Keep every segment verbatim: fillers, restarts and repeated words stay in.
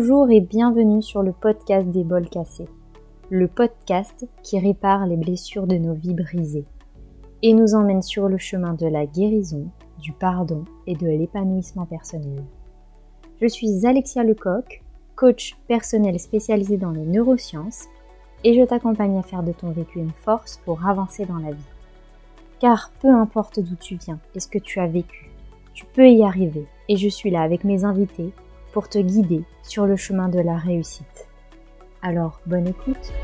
Bonjour et bienvenue sur le podcast des bols cassés, le podcast qui répare les blessures de nos vies brisées et nous emmène sur le chemin de la guérison, du pardon et de l'épanouissement personnel. Je suis Alexia Lecoq, coach personnel spécialisée dans les neurosciences et je t'accompagne à faire de ton vécu une force pour avancer dans la vie. Car peu importe d'où tu viens et ce que tu as vécu, tu peux y arriver et je suis là avec mes invités pour te guider sur le chemin de la réussite. Alors, bonne écoute.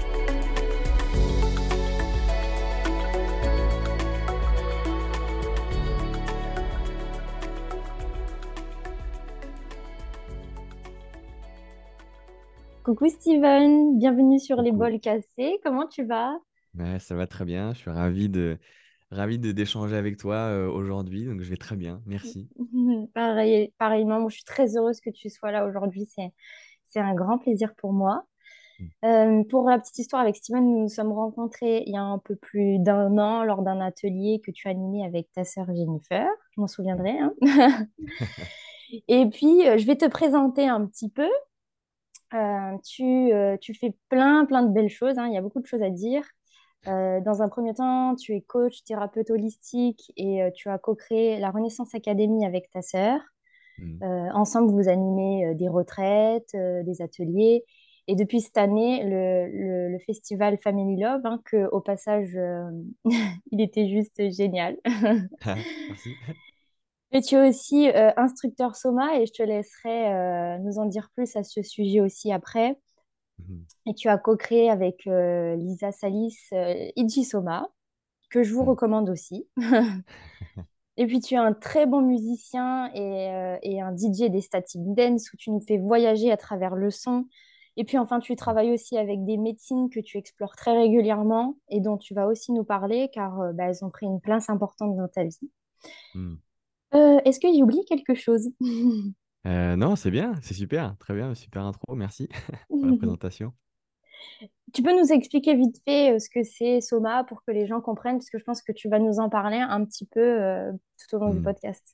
Coucou Steven, bienvenue sur les Coucou. bols cassés. Comment tu vas? Ouais, ça va très bien. Je suis ravi de ravi de d'échanger avec toi euh, aujourd'hui. Donc je vais très bien. Merci. Pareil, pareillement, moi, je suis très heureuse que tu sois là aujourd'hui. C'est, c'est un grand plaisir pour moi. Mm. Euh, pour la petite histoire avec Steven, nous nous sommes rencontrés il y a un peu plus d'un an lors d'un atelier que tu as animé avec ta sœur Jennifer. Je m'en Mm. souviendrai, hein. Et puis, euh, je vais te présenter un petit peu. Euh, tu, euh, tu fais plein, plein de belles choses, hein. Il y a beaucoup de choses à dire. Euh, dans un premier temps, tu es coach, thérapeute holistique et euh, tu as co-créé la Renaissance Academy avec ta sœur. Mm. Euh, ensemble, vous animez euh, des retraites, euh, des ateliers. Et depuis cette année, le, le- le festival Family Love, hein, que au passage, euh, il était juste génial. Merci. Et tu es aussi euh, instructeur Soma et je te laisserai euh, nous en dire plus à ce sujet aussi après. Mm. Et tu as co-créé avec euh, Lisa Salis euh, Iji Soma, que je vous Mm. recommande aussi. Et puis tu es un très bon musicien et, euh, et un D J des Static Dance où tu nous fais voyager à travers le son. Et puis enfin, tu travailles aussi avec des médecines que tu explores très régulièrement et dont tu vas aussi nous parler car euh, bah, elles ont pris une place importante dans ta vie. Mm. Euh, est-ce que j'ai oublié quelque chose? Euh, non, c'est bien, c'est super, très bien, super intro. Merci pour la présentation. Tu peux nous expliquer vite fait euh, ce que c'est Soma pour que les gens comprennent, parce que je pense que tu vas nous en parler un petit peu euh, tout au long du Mm. podcast.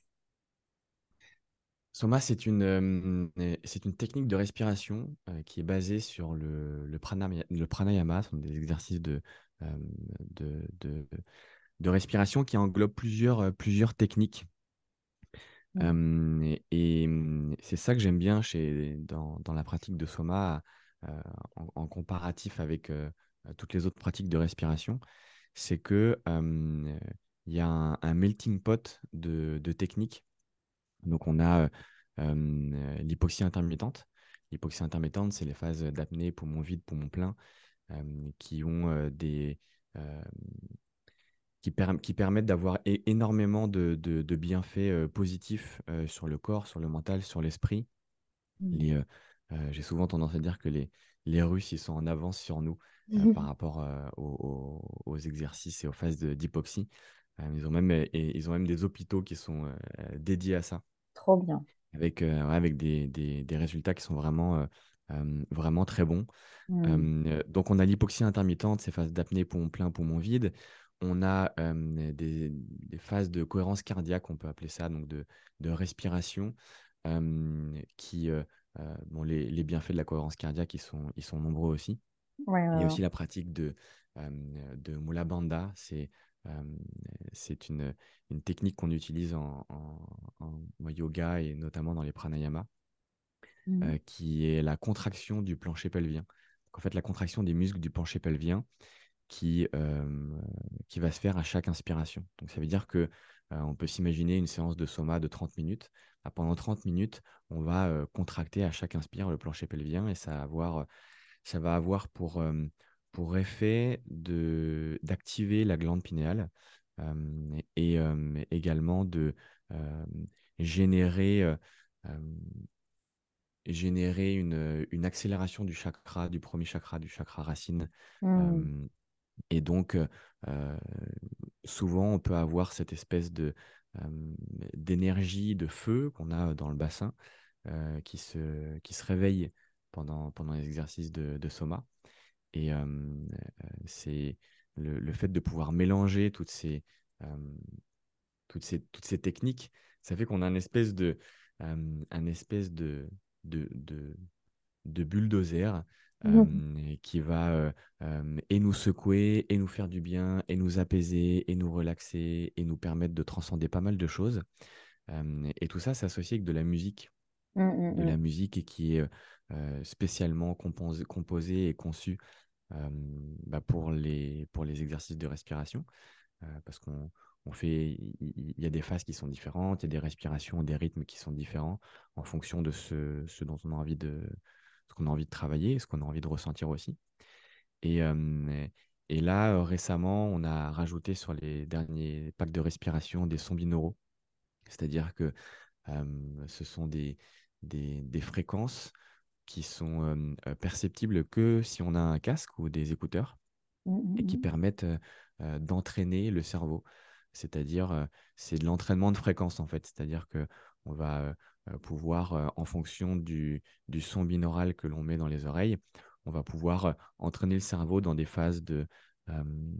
Soma, c'est une euh, euh, c'est une technique de respiration euh, qui est basée sur le le pranayama. Le pranayama, ce sont des exercices de euh, de, de de respiration qui englobent plusieurs euh, plusieurs techniques. Mm. Euh, et et, hum, c'est ça que j'aime bien chez, dans, dans la pratique de Soma, euh, en, en comparatif avec euh, toutes les autres pratiques de respiration, c'est que euh, il y a un, un melting pot de, de techniques. Donc on a euh, euh, l'hypoxie intermittente. L'hypoxie intermittente, c'est les phases d'apnée, poumon vide, poumon plein, euh, qui ont euh, des, euh, qui, per- qui permettent d'avoir é- énormément de, de- de bienfaits euh, positifs euh, sur le corps, sur le mental, sur l'esprit. Mm. Les, euh, euh, j'ai souvent tendance à dire que les, les Russes, ils sont en avance sur nous euh, par rapport euh, aux, aux- aux exercices et aux phases de- d'hypoxie. Euh, ils ont même, et, et ils ont même des hôpitaux qui sont euh, dédiés à ça, Trop bien. avec, euh, ouais, avec des, des- des résultats qui sont vraiment, euh, euh, vraiment très bons. Mm. Euh, donc, on a l'hypoxie intermittente, ces phases d'apnée, poumon plein, poumon vide. On a euh, des, des phases de cohérence cardiaque, on peut appeler ça, donc de, de respiration, euh, qui, euh, euh, bon, les, les bienfaits de la cohérence cardiaque, ils sont, ils sont nombreux aussi. Ouais, Il y ouais, a ouais. aussi la pratique de, euh, de Mula Bandha. C'est euh, c'est une, une technique qu'on utilise en, en- en- en yoga et notamment dans les pranayamas, Mm. euh, qui est la contraction du plancher pelvien. Donc, en fait, la contraction des muscles du plancher pelvien qui, euh, qui va se faire à chaque inspiration. Donc, ça veut dire que euh, on peut s'imaginer une séance de soma de trente minutes. Bah, pendant trente minutes, on va euh, contracter à chaque inspire le plancher pelvien et ça va avoir, euh, ça va avoir pour, euh, pour effet de, d'activer la glande pinéale euh, et euh, également de euh, générer euh, euh, générer une, une accélération du chakra, du premier chakra, du chakra racine. Mm. Euh, et donc, euh, souvent, on peut avoir cette espèce de, euh, d'énergie, de feu qu'on a dans le bassin euh, qui se, qui se réveille pendant, pendant les exercices de, de soma. Et euh, euh, c'est le, le fait de pouvoir mélanger toutes ces, euh, toutes ces, toutes ces techniques, ça fait qu'on a un espèce de, euh, un espèce de, de, de, de bulldozer euh, qui va euh, euh, et nous secouer, et nous faire du bien, et nous apaiser, et nous relaxer, et nous permettre de transcender pas mal de choses. Euh, et tout ça, c'est associé avec de la musique, Mm, mm, de la mm. musique et qui est euh, spécialement composée composée et conçue euh, bah, pour les, pour les exercices de respiration, euh, parce qu'on on fait, il il- il y, a des phases qui sont différentes, il y a des respirations, des rythmes qui sont différents en fonction de ce, ce dont on a envie de, ce qu'on a envie de travailler, ce qu'on a envie de ressentir aussi. Et, euh, et là, euh, récemment, on a rajouté sur les derniers packs de respiration des sons binauraux, c'est-à-dire que euh, ce sont des, des, des fréquences qui sont euh, euh, perceptibles que si on a un casque ou des écouteurs Mm, et mm, qui mm. permettent euh, euh, d'entraîner le cerveau. C'est-à-dire, euh, c'est de l'entraînement de fréquence en fait. C'est-à-dire que on va euh, euh, pouvoir, euh, en fonction du, du son binaural que l'on met dans les oreilles, on va pouvoir euh, entraîner le cerveau dans des phases de, euh,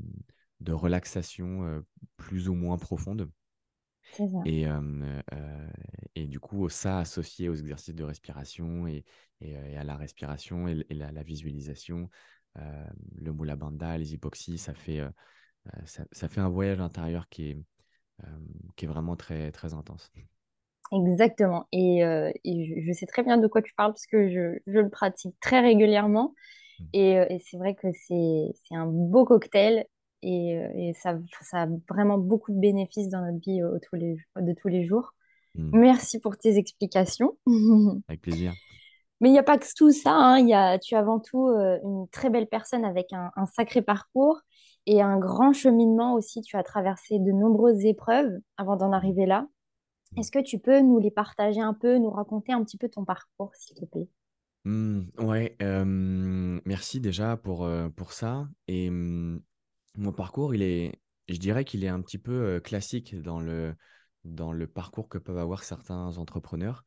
de relaxation euh, plus ou moins profondes. C'est ça. Et, euh, euh, et du coup, ça associé aux exercices de respiration et, et, euh, et à la respiration et, et la, la visualisation, euh, le Mula Bandha, les hypoxies, ça fait, euh, euh, ça, ça fait un voyage intérieur qui est, euh, qui est vraiment très, très intense. Exactement. Et, euh, et je, je sais très bien de quoi tu parles parce que je, je le pratique très régulièrement. Mm. Et, euh, et c'est vrai que c'est, c'est un beau cocktail et, euh, et ça, ça a vraiment beaucoup de bénéfices dans notre vie euh, tous les, de tous les jours. Mm. Merci pour tes explications. Avec plaisir. Mais il n'y a pas que tout ça, hein. Il y a, tu es avant tout euh, une très belle personne avec un, un sacré parcours et un grand cheminement aussi. Tu as traversé de nombreuses épreuves avant d'en Mm. arriver là. Mm. Est-ce que tu peux nous les partager un peu, nous raconter un petit peu ton parcours, s'il te plaît? Mm, ouais, euh, merci déjà pour, euh, pour ça. Et mm, mon parcours, il est, je dirais qu'il est un petit peu euh, classique dans le, dans le parcours que peuvent avoir certains entrepreneurs.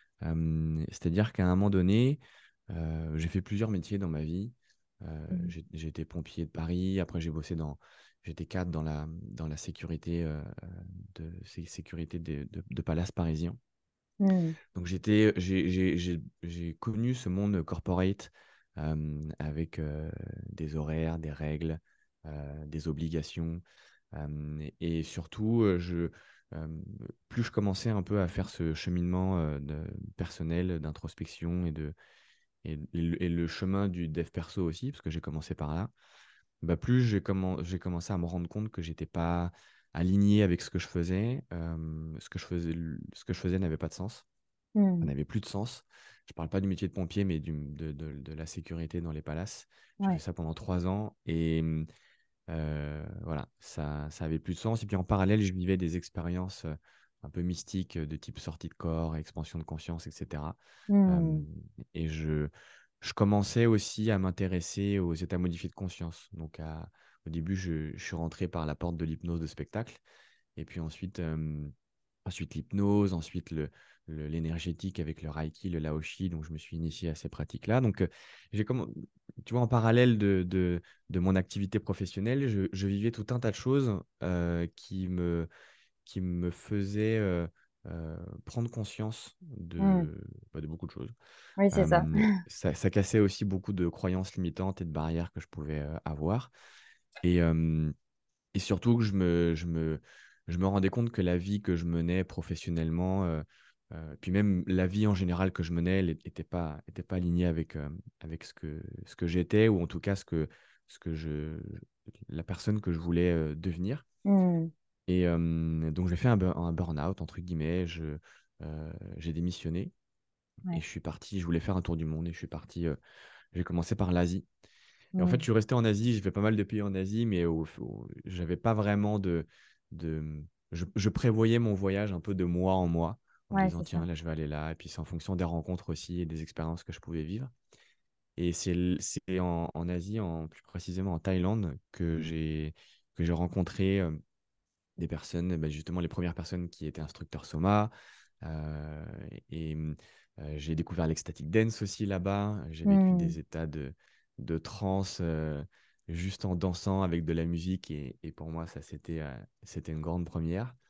Euh, c'est-à-dire qu'à un moment donné, euh, j'ai fait plusieurs métiers dans ma vie. Euh, Mhm. j'ai j'ai été pompier de Paris, après j'ai bossé dans, j'étais cadre dans la, dans la sécurité, euh, de, sé- sécurité de, de, de palaces parisiens. Mhm. Donc j'étais, j'ai, j'ai, j'ai- j'ai connu ce monde corporate euh, avec euh, des horaires, des règles, euh, des obligations. Euh, et surtout, euh, je, euh, plus je commençais un peu à faire ce cheminement euh, de- personnel d'introspection et, de, et, le et le chemin du dev perso aussi, parce que j'ai commencé par là, bah, plus j'ai commen- j'ai commencé à me rendre compte que j'étais pas aligné avec ce que je faisais. Euh, ce que je faisais, ce que je faisais n'avait pas de sens, ça Mhm. n'avait plus de sens. Je parle pas du métier de pompier, mais du, de, de- de la sécurité dans les palaces. J'ai fait Ouais. ça pendant trois ans et euh, voilà, ça, ça avait plus de sens. Et puis en parallèle, je vivais des expériences euh, un peu mystiques euh, de type sortie de corps, expansion de conscience, et cetera. Euh, Mhm. et je, je commençais aussi à m'intéresser aux états modifiés de conscience. Donc à- au début, je, je suis rentré par la porte de l'hypnose de spectacle. Et puis ensuite, euh, ensuite l'hypnose, ensuite le, le- l'énergétique avec le Reiki, le Laoshi. Donc je me suis initié à ces pratiques-là. Donc euh, j'ai comme, tu vois, en parallèle de, de, de mon activité professionnelle, je, je vivais tout un tas de choses euh, qui me, qui me faisaient euh, euh, prendre conscience Mhm. de, bah, de beaucoup de choses. Oui, c'est ça. Euh, ça, ça cassait aussi beaucoup de croyances limitantes et de barrières que je pouvais euh, avoir. Et, euh, et surtout que je me, je me, je me rendais compte que la vie que je menais professionnellement, euh, euh, puis même la vie en général que je menais, elle n'était pas, était pas alignée avec, euh, avec ce que, ce que j'étais, ou en tout cas ce que, ce que je, la personne que je voulais euh, devenir. Mhm. Et euh, donc j'ai fait un, bur- un burn-out, entre guillemets, je, euh, j'ai démissionné et Ouais. je suis parti, je voulais faire un tour du monde et je suis parti, euh, j'ai commencé par l'Asie. Et en fait, je Mhm. suis resté en Asie, j'ai fait pas mal de pays en Asie, mais au, au- j'avais pas vraiment de, de... Je, je prévoyais mon voyage un peu de mois en mois, en me Ouais, disant, c'est ça. tiens, là, je vais aller là, et puis c'est en fonction des rencontres aussi et des expériences que je pouvais vivre. Et c'est l- c'est en, en Asie, en, plus précisément en Thaïlande, que j'ai que j'ai rencontré euh, des personnes, bah, justement les premières personnes qui étaient instructeurs Soma. euh, et euh, j'ai découvert l'ecstatic dance aussi là-bas. J'ai vécu Mhm. des états de, de transe euh, juste en dansant avec de la musique. Et, et pour moi, ça, c'était euh, c'était une grande première.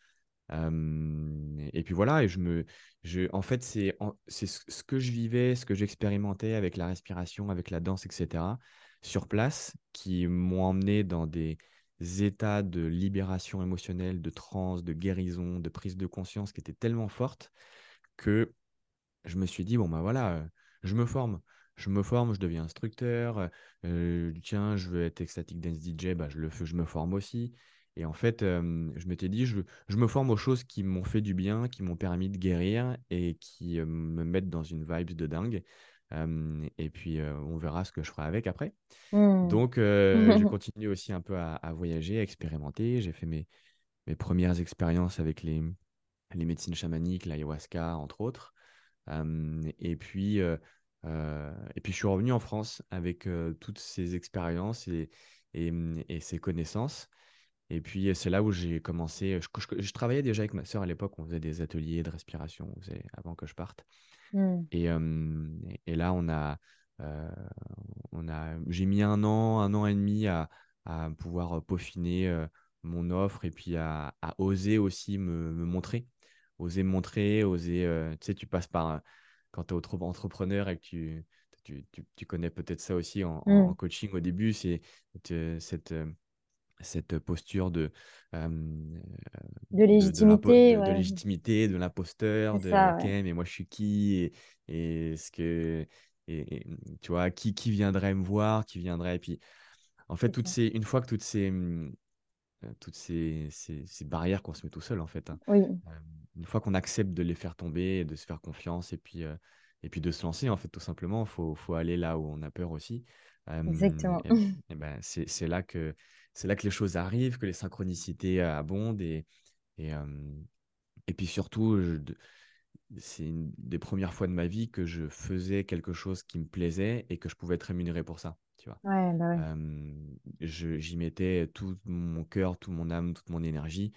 Euh, et puis voilà, et je me, je, en fait, c'est en- c'est ce ce que je vivais, ce que j'expérimentais avec la respiration, avec la danse, et cetera, sur place, qui m'ont emmené dans des états de libération émotionnelle, de transe, de guérison, de prise de conscience qui étaient tellement fortes que je me suis dit, bon, bah voilà, euh, je me forme. Je me forme, je deviens instructeur. euh, euh, tiens, je veux être ecstatic dance D J, bah, je le fais, je me forme aussi. Et en fait, euh, je m'étais dit, je, je me forme aux choses qui m'ont fait du bien, qui m'ont permis de guérir et qui euh, me mettent dans une vibe de dingue. Euh, et puis, euh, on verra ce que je ferai avec après. Hmm. Donc, euh, je continue aussi un peu à, à voyager, à expérimenter. J'ai fait mes, mes premières expériences avec les, les médecines chamaniques, l'ayahuasca, entre autres. Euh, et puis, euh, euh, et puis, je suis revenu en France avec euh, toutes ces expériences et, et, et ces connaissances. Et puis, c'est là où j'ai commencé. Je, je- je travaillais déjà avec ma sœur à l'époque. On faisait des ateliers de respiration, on faisait- avant que je parte. Hmm. Et, euh, et là, on a, euh, on a, j'ai mis un an, un an et demi à, à pouvoir peaufiner euh, mon offre et puis à, à oser aussi me, me montrer. Oser me montrer, oser. Euh, tu sais, tu passes par. euh, Quand tu es entrepreneur et que tu, tu, tu- tu connais peut-être ça aussi en, en- en Hmm. coaching au début, c'est euh, cette, euh, cette posture de, euh, De de, de, l'impo- légitimité, de, de ouais, légitimité, de l'imposteur, c'est de ça, OK, ouais, mais moi je suis qui et, et ce que et, et, tu vois qui, qui viendrait me voir, qui viendrait et puis en fait c'est toutes ça. ces une fois que toutes ces hum, euh, toutes ces, ces, ces barrières qu'on se met tout seul en fait, hein, Oui, euh, une fois qu'on accepte de les faire tomber, de se faire confiance et puis euh, et puis de se lancer en fait tout simplement, faut faut aller là où on a peur aussi. Euh, exactement. et, et ben c'est c'est là que c'est là que les choses arrivent, que les synchronicités euh, abondent et et, euh, et puis surtout, je- de- c'est une des premières fois de ma vie que je faisais quelque chose qui me plaisait et que je pouvais être rémunéré pour ça, tu vois. Ouais, bah ouais. Euh, je- j'y mettais tout mon cœur, toute mon âme, toute mon énergie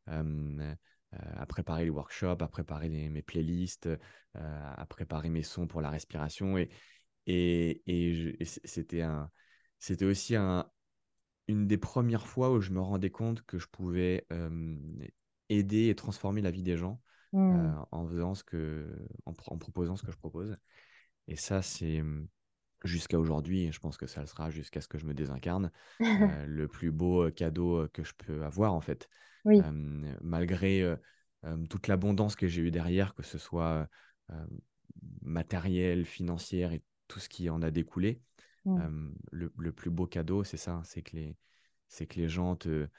euh, euh, à préparer les workshops, à préparer les- mes playlists, euh, à préparer mes sons pour la respiration. Et, et, et je- et c- c'était un, c'était aussi un, une des premières fois où je me rendais compte que je pouvais euh, aider et transformer la vie des gens Hmm. euh, en faisant ce que, en, pro- en proposant ce que je propose. Et ça, c'est hum, jusqu'à aujourd'hui, et je pense que ça le sera jusqu'à ce que je me désincarne, euh, le plus beau euh, cadeau euh, que je peux avoir en fait. Oui, Euh, malgré euh, euh, toute l'abondance que j'ai eue derrière, que ce soit euh, matériel, financière et tout ce qui en a découlé, hmm. euh, le, le plus beau cadeau, c'est ça, c'est que les, c'est que les gens te, euh,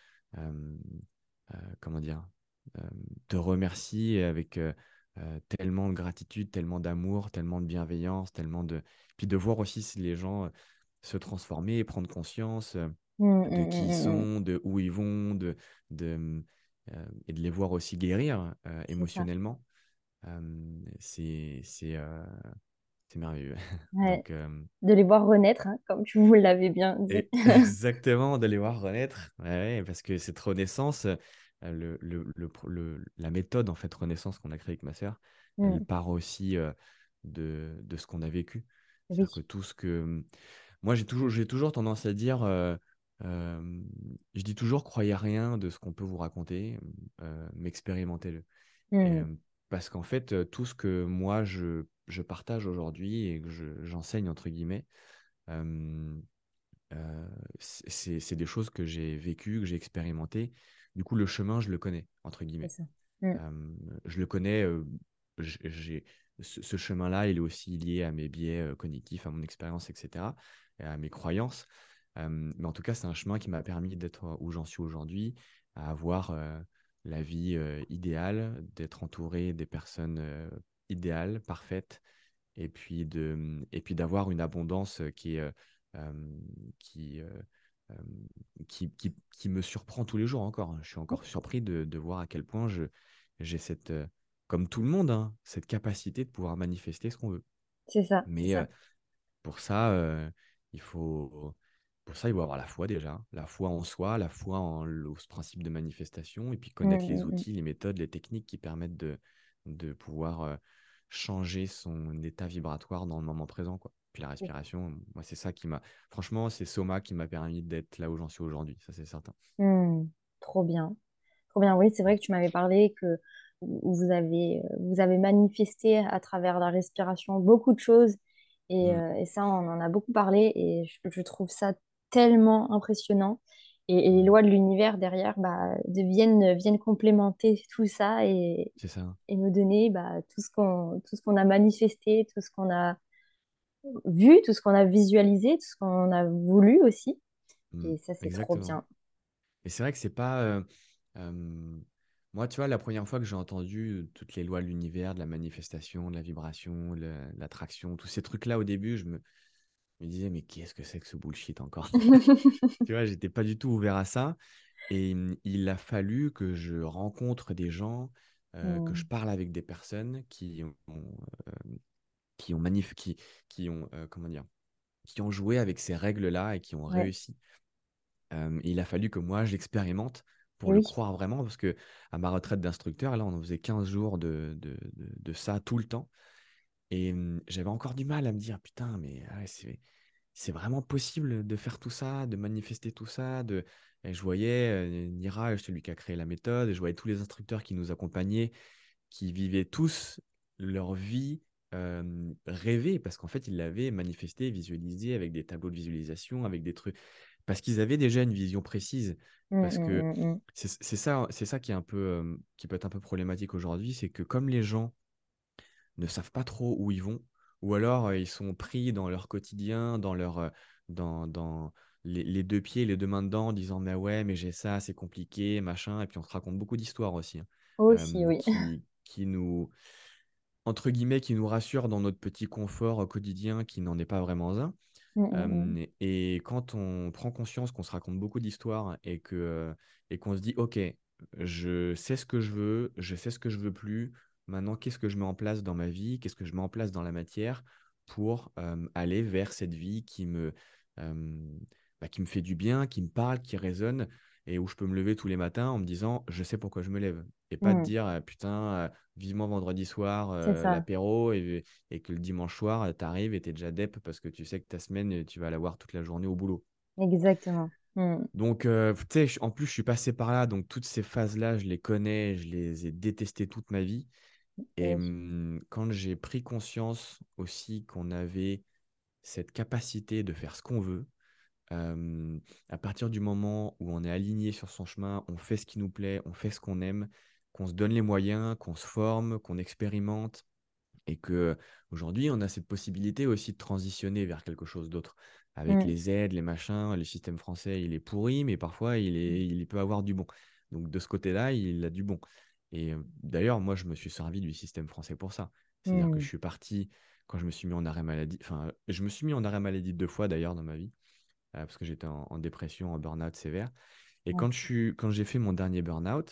euh, comment dire, euh, te remercient avec euh, euh, tellement de gratitude, tellement d'amour, tellement de bienveillance, tellement de... Puis de voir aussi si les gens euh, se transformer, prendre conscience euh, Hmm, de hmm, qui ils hmm, hmm, hmm. sont, de où ils vont, de, de, euh, et de les voir aussi guérir euh, C'est ça. émotionnellement. Euh, c'est c'est euh, c'est merveilleux. Ouais. Donc, euh, De les voir renaître, hein, comme tu vous l'avez bien dit. et exactement, de les voir renaître, ouais, ouais, parce que cette renaissance, euh, le, le, le, le- la méthode en fait renaissance qu'on a créée avec ma sœur, elle Hmm. part aussi euh, de, de ce qu'on a vécu. C'est-à-dire que Oui. tout ce que... Moi, j'ai toujours, j'ai toujours tendance à dire, euh, euh, je dis toujours, croyez à rien de ce qu'on peut vous raconter, euh, mais expérimentez-le. Et, Hmm. euh, parce qu'en fait, euh, tout ce que moi, je, je partage aujourd'hui et que je- j'enseigne, entre guillemets, euh, euh, c'est c'est des choses que j'ai vécues, que j'ai expérimentées. Du coup, le chemin, je le connais, entre C'est guillemets. ça. Hmm. Euh, je le connais, euh, j- j'ai, ce, ce chemin-là, il est aussi lié à mes biais euh, cognitifs, à mon expérience, et cetera, et à mes croyances. Euh, mais en tout cas, c'est un chemin qui m'a permis d'être où j'en suis aujourd'hui, à avoir euh, la vie euh, idéale, d'être entouré des personnes euh, idéales, parfaites, et puis de, et puis d'avoir une abondance qui est, euh, euh, qui, euh, euh, qui, qui, qui me surprend tous les jours encore. Je suis encore surpris de, de voir à quel point je, j'ai cette, euh, comme tout le monde, hein, cette capacité de pouvoir manifester ce qu'on veut. C'est ça, c'est Mais euh, ça. pour ça, euh, il faut, pour ça, il faut avoir la foi déjà, la foi en soi, la foi en le ce principe de manifestation, et puis Hmm, connaître les hmm, hmm. outils, les méthodes, les techniques qui permettent de, de pouvoir euh, changer son état vibratoire dans le moment présent, quoi. Puis la respiration, moi, c'est ça qui m'a, franchement, c'est Soma qui m'a permis d'être là où j'en suis aujourd'hui, ça c'est certain. Hmm. Trop bien. trop bien. Oui, c'est vrai que tu m'avais parlé que vous avez, vous avez manifesté à travers la respiration beaucoup de choses. Et, Mm, euh, et ça, on en a beaucoup parlé. Et je, je trouve ça tellement impressionnant. Et, et les mm. lois de l'univers derrière bah, deviennent, viennent complémenter tout ça et, C'est ça. et nous donner bah, tout ce qu'on, tout ce qu'on a manifesté, tout ce qu'on a vu, tout ce qu'on a visualisé, tout ce qu'on a voulu aussi. Mm, Et ça, c'est trop exactement. bien. Et c'est vrai que c'est pas. euh, euh, Moi, tu vois, la première fois que j'ai entendu euh, toutes les lois de l'univers, de la manifestation, de la vibration, de l'attraction, tous ces trucs-là au début, je me, me disais, mais qu'est-ce que c'est que ce bullshit encore? Tu vois, j'étais pas du tout ouvert à ça. Et hum, il a fallu que je rencontre des gens, euh, que je Hmm. parle avec des personnes qui ont, euh, qui ont manif qui, qui ont, euh, comment dire, qui ont joué avec ces règles-là et qui ont Ouais. réussi. Euh, il a fallu que moi, je l'expérimente pour le Oui. croire vraiment, parce que à ma retraite d'instructeur, là, on en faisait quinze jours de, de, de- de ça tout le temps. Et hum, j'avais encore du mal à me dire, putain, mais ah ouais, c'est, c'est vraiment possible de faire tout ça, de manifester tout ça. De... Et je voyais euh, Niraj, celui qui a créé la méthode, et je voyais tous les instructeurs qui nous accompagnaient, qui vivaient tous leur vie euh, rêvée, parce qu'en fait, ils l'avaient manifesté, visualisé avec des tableaux de visualisation, avec des trucs, parce qu'ils avaient déjà une vision précise. Hmm, Parce hmm, que hmm, hmm. c'est c'est ça, c'est ça qui est un peu, euh, qui peut être un peu problématique aujourd'hui, c'est que comme les gens ne savent pas trop où ils vont, ou alors euh, ils sont pris dans leur quotidien, dans leur, euh, dans, dans les, les deux pieds, les deux mains dedans, en disant mais ouais, mais j'ai ça, c'est compliqué, machin, et puis on se raconte beaucoup d'histoires aussi, hein, Aussi, euh, oui. qui, qui nous, entre guillemets, qui nous rassurent dans notre petit confort euh, quotidien qui n'en est pas vraiment un. Hmm, hmm, hmm. Euh, et quand on prend conscience qu'on se raconte beaucoup d'histoires et que, euh, et qu'on se dit, OK, je sais ce que je veux, je sais ce que je veux plus. Maintenant, qu'est-ce que je mets en place dans ma vie? Qu'est-ce que je mets en place dans la matière pour euh, aller vers cette vie qui me, euh, bah, qui me fait du bien, qui me parle, qui résonne et où je peux me lever tous les matins en me disant, je sais pourquoi je me lève. Et pas de Hmm. dire, euh, putain, euh, vivement vendredi soir, C'est euh, ça, l'apéro et, et que le dimanche soir, tu arrives et tu es déjà dep parce que tu sais que ta semaine, euh, tu vas l'avoir toute la journée au boulot. exactement. Hmm. Donc, euh, tu sais, je- en plus, je suis passé par là, donc toutes ces phases-là, je les connais, je les ai détestées toute ma vie. Et Oui. hum, quand j'ai pris conscience aussi qu'on avait cette capacité de faire ce qu'on veut, euh, à partir du moment où on est aligné sur son chemin, on fait ce qui nous plaît, on fait ce qu'on aime, qu'on se donne les moyens, qu'on se forme, qu'on expérimente, et que aujourd'hui, on a cette possibilité aussi de transitionner vers quelque chose d'autre. Avec Hmm. les aides, les machins, le système français, il est pourri, mais parfois, il est, il peut avoir du bon. Donc, de ce côté-là, il a du bon. Et euh, d'ailleurs, moi, je me suis servi du système français pour ça. C'est-à-dire que je Hmm. suis parti quand je me suis mis en arrêt maladie. Enfin, je me suis mis en arrêt maladie deux fois d'ailleurs dans ma vie, euh, parce que j'étais en, en dépression, en burn-out sévère. Et Ouais. quand je suis, quand j'ai fait mon dernier burn-out,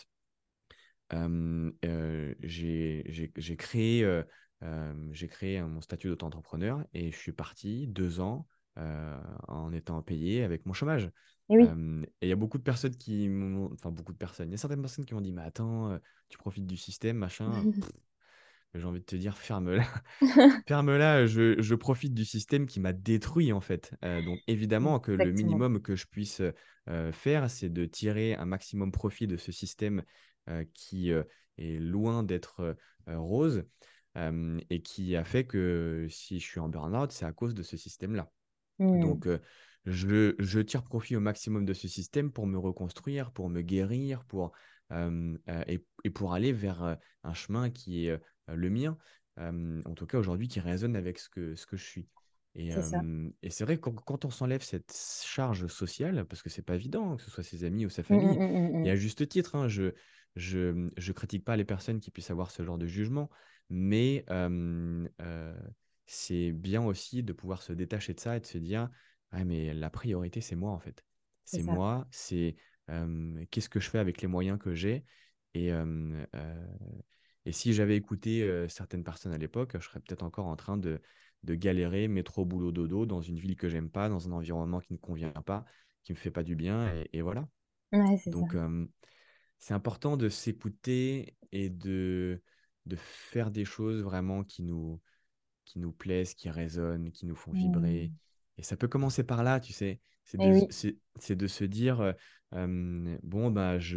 euh, euh, j'ai j'ai- j'ai créé, euh, euh, j'ai créé mon statut d'auto-entrepreneur et je suis parti deux ans euh, en étant payé avec mon chômage. Et oui. Euh, et il y a beaucoup de personnes qui m'ont, enfin beaucoup de personnes, il y a certaines personnes qui m'ont dit, mais attends, euh, tu profites du système, machin. Pff, j'ai envie de te dire, ferme-la. Ferme-la, je, je profite du système qui m'a détruit en fait. Euh, donc évidemment que le Exactement. minimum que je puisse euh, faire, c'est de tirer un maximum profit de ce système euh, qui euh, est loin d'être euh, rose euh, et qui a fait que si je suis en burn-out, c'est à cause de ce système-là. Hmm. Donc, euh, je, je tire profit au maximum de ce système pour me reconstruire, pour me guérir, pour, euh, euh, et, et pour aller vers euh, un chemin qui est euh, le mien, euh, en tout cas aujourd'hui, qui résonne avec ce que, ce que je suis. Et, C'est ça. euh, et c'est vrai que quand, quand on s'enlève cette charge sociale, parce que c'est pas évident, hein, que ce soit ses amis ou sa Hmm, hmm, famille, hmm, hmm, et hmm. à juste titre, hein, je je, je critique pas les personnes qui puissent avoir ce genre de jugement, mais euh, euh, c'est bien aussi de pouvoir se détacher de ça et de se dire, ouais, mais la priorité, c'est moi, en fait. C'est C'est ça. moi, c'est euh, qu'est-ce que je fais avec les moyens que j'ai. Et, euh, euh, et si j'avais écouté euh, certaines personnes à l'époque, je serais peut-être encore en train de, de galérer, métro, boulot, dodo, dans une ville que j'aime pas, dans un environnement qui ne convient pas, qui me fait pas du bien. Et, et voilà. Ouais, c'est ça. Donc, euh, c'est important de s'écouter et de, de faire des choses vraiment qui nous, qui nous plaisent, qui résonnent, qui nous font vibrer. Hmm. Et ça peut commencer par là, tu sais. C'est Et de, oui. c'est, c'est de se dire, euh, euh, bon, bah, je,